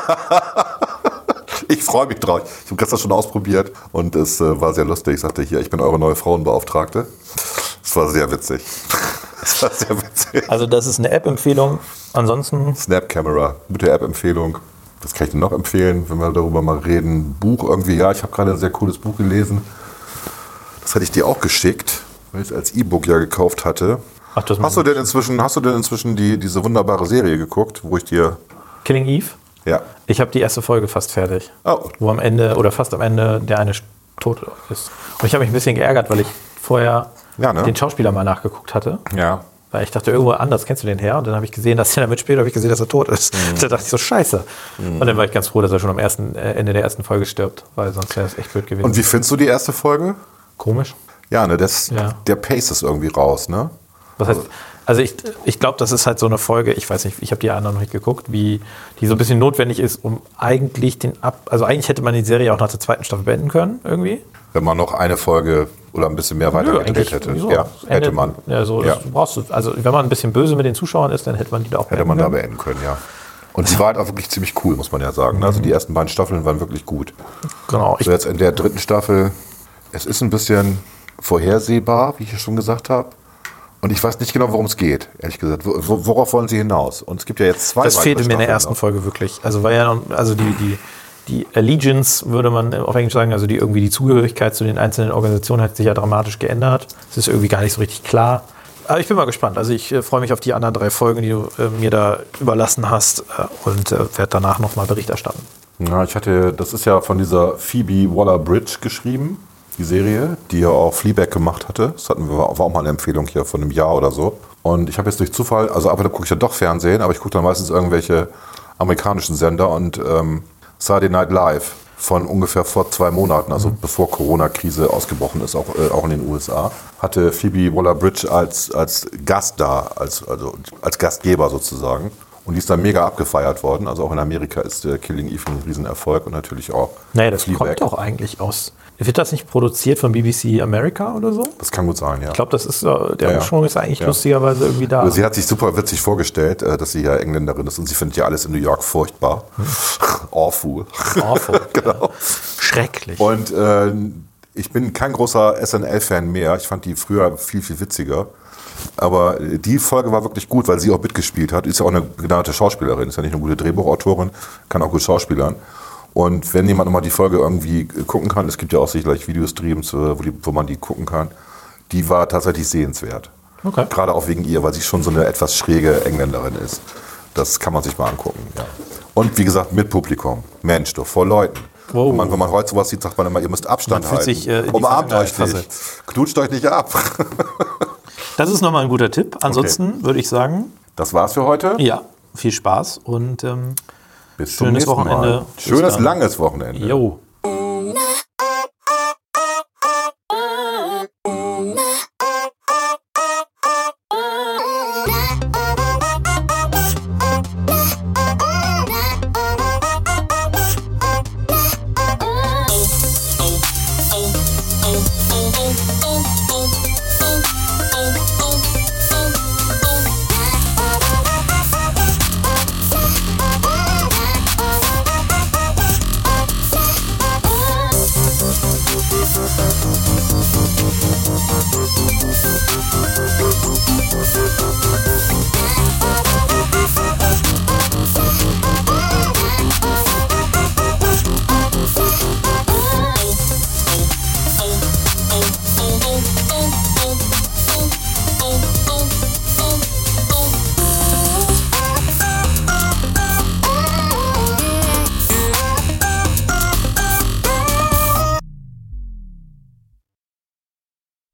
Ich freue mich drauf. Ich habe gestern schon ausprobiert und es äh, war sehr lustig. Ich sagte hier, ich bin eure neue Frauenbeauftragte. Es war sehr witzig. Es war sehr witzig. Also das ist eine App-Empfehlung. Ansonsten Snap Camera, gute App-Empfehlung. Was kann ich denn noch empfehlen, wenn wir darüber mal reden? Buch irgendwie, ja, ich habe gerade ein sehr cooles Buch gelesen. Das hätte ich dir auch geschickt, weil ich es als E-Book ja gekauft hatte. Ach, das Hast du denn inzwischen, hast du denn inzwischen die, diese wunderbare Serie geguckt, wo ich dir... Killing Eve? Ja. Ich habe die erste Folge fast fertig. Oh. Wo am Ende oder fast am Ende der eine tot ist. Und ich habe mich ein bisschen geärgert, weil ich vorher Ja, ne? den Schauspieler mal nachgeguckt hatte. Ja. Weil ich dachte, irgendwo anders kennst du den her. Und dann habe ich gesehen, dass er da mitspielt, habe ich gesehen, dass er tot ist. Mhm. Da dachte ich so, scheiße. Mhm. Und dann war ich ganz froh, dass er schon am ersten, äh, Ende der ersten Folge stirbt. Weil sonst wäre es echt blöd gewesen. Und wie findest du die erste Folge? Komisch. Ja, ne, das, Ja. der Pace ist irgendwie raus, ne? Was heißt, also ich, ich glaube, das ist halt so eine Folge, ich weiß nicht, ich habe die anderen noch nicht geguckt, wie die so ein bisschen notwendig ist, um eigentlich den Ab... Also eigentlich hätte man die Serie auch nach der zweiten Staffel beenden können, irgendwie. Wenn man noch eine Folge oder ein bisschen mehr weiter gedreht hätte. so. Ja, Das hätte Ende- man. Ja, so, Ja. das brauchst du. Also wenn man ein bisschen böse mit den Zuschauern ist, dann hätte man die da auch Hätte man da beenden können. beenden können, ja. Und sie war halt auch wirklich ziemlich cool, muss man ja sagen. Also die ersten beiden Staffeln waren wirklich gut. Genau. Ich, So jetzt in der dritten Staffel, es ist ein bisschen vorhersehbar, wie ich ja schon gesagt habe. Und ich weiß nicht genau, worum es geht, ehrlich gesagt. Wo- wo- Worauf wollen sie hinaus? Und es gibt ja jetzt zwei das weitere fehlte mir in der Staffeln ersten noch. Folge wirklich. Also war ja noch, also die, die, die Allegiance, würde man auf Englisch sagen, also die irgendwie die Zugehörigkeit zu den einzelnen Organisationen hat sich ja dramatisch geändert. Es ist irgendwie gar nicht so richtig klar. Aber ich bin mal gespannt. Also ich äh, freue mich auf die anderen drei Folgen, die du äh, mir da überlassen hast äh, und äh, werde danach nochmal Bericht erstatten. Ja, ich hatte, das ist ja von dieser Phoebe Waller-Bridge geschrieben, die Serie, die ja auch Fleabag gemacht hatte. Das hatten wir, war auch mal eine Empfehlung hier von einem Jahr oder so. Und ich habe jetzt durch Zufall, also ab und zu gucke ich ja doch Fernsehen, aber ich gucke dann meistens irgendwelche amerikanischen Sender und ähm, Saturday Night Live von ungefähr vor zwei Monaten, also mhm. bevor Corona-Krise ausgebrochen ist, auch, äh, auch in den U S A, hatte Phoebe Waller-Bridge als, als Gast da, als, also als Gastgeber sozusagen. Und die ist dann mega abgefeiert worden. Also auch in Amerika ist der Killing Eve ein Riesenerfolg und natürlich auch Naja, das Fleabag. kommt doch eigentlich aus. Wird das nicht produziert von B B C America oder so? Das kann gut sein, ja. Ich glaube, das ist äh, der Ja, ja. Ursprung ist eigentlich Ja. lustigerweise irgendwie da. Also sie hat sich super witzig vorgestellt, äh, dass sie ja Engländerin ist und sie findet ja alles in New York furchtbar. Awful. Awful. Genau. Schrecklich. Und äh, ich bin kein großer S N L-Fan mehr. Ich fand die früher viel, viel witziger. Aber die Folge war wirklich gut, weil sie auch mitgespielt hat. Ist ja auch eine genannte Schauspielerin. Ist ja nicht eine gute Drehbuchautorin, kann auch gut schauspielern. Und wenn jemand nochmal die Folge irgendwie gucken kann, es gibt ja auch sicherlich Videostreams, wo, die, wo man die gucken kann, die war tatsächlich sehenswert. Okay. Gerade auch wegen ihr, weil sie schon so eine etwas schräge Engländerin ist. Das kann man sich mal angucken. Ja. Und wie gesagt, mit Publikum. Mensch, doch, vor Leuten. Wow. Und man, wenn man heute sowas sieht, sagt man immer, ihr müsst Abstand Man fühlt halten. sich, äh, in die Umarmt Vergangenheit euch nicht. versetzt. Knutscht euch nicht ab. Das ist nochmal ein guter Tipp. Ansonsten würde ich sagen, Das war's für heute. ja, viel Spaß und ähm, Bis zum schönes nächsten Wochenende. Mal. Bis Schönes, dann. langes Wochenende. jo.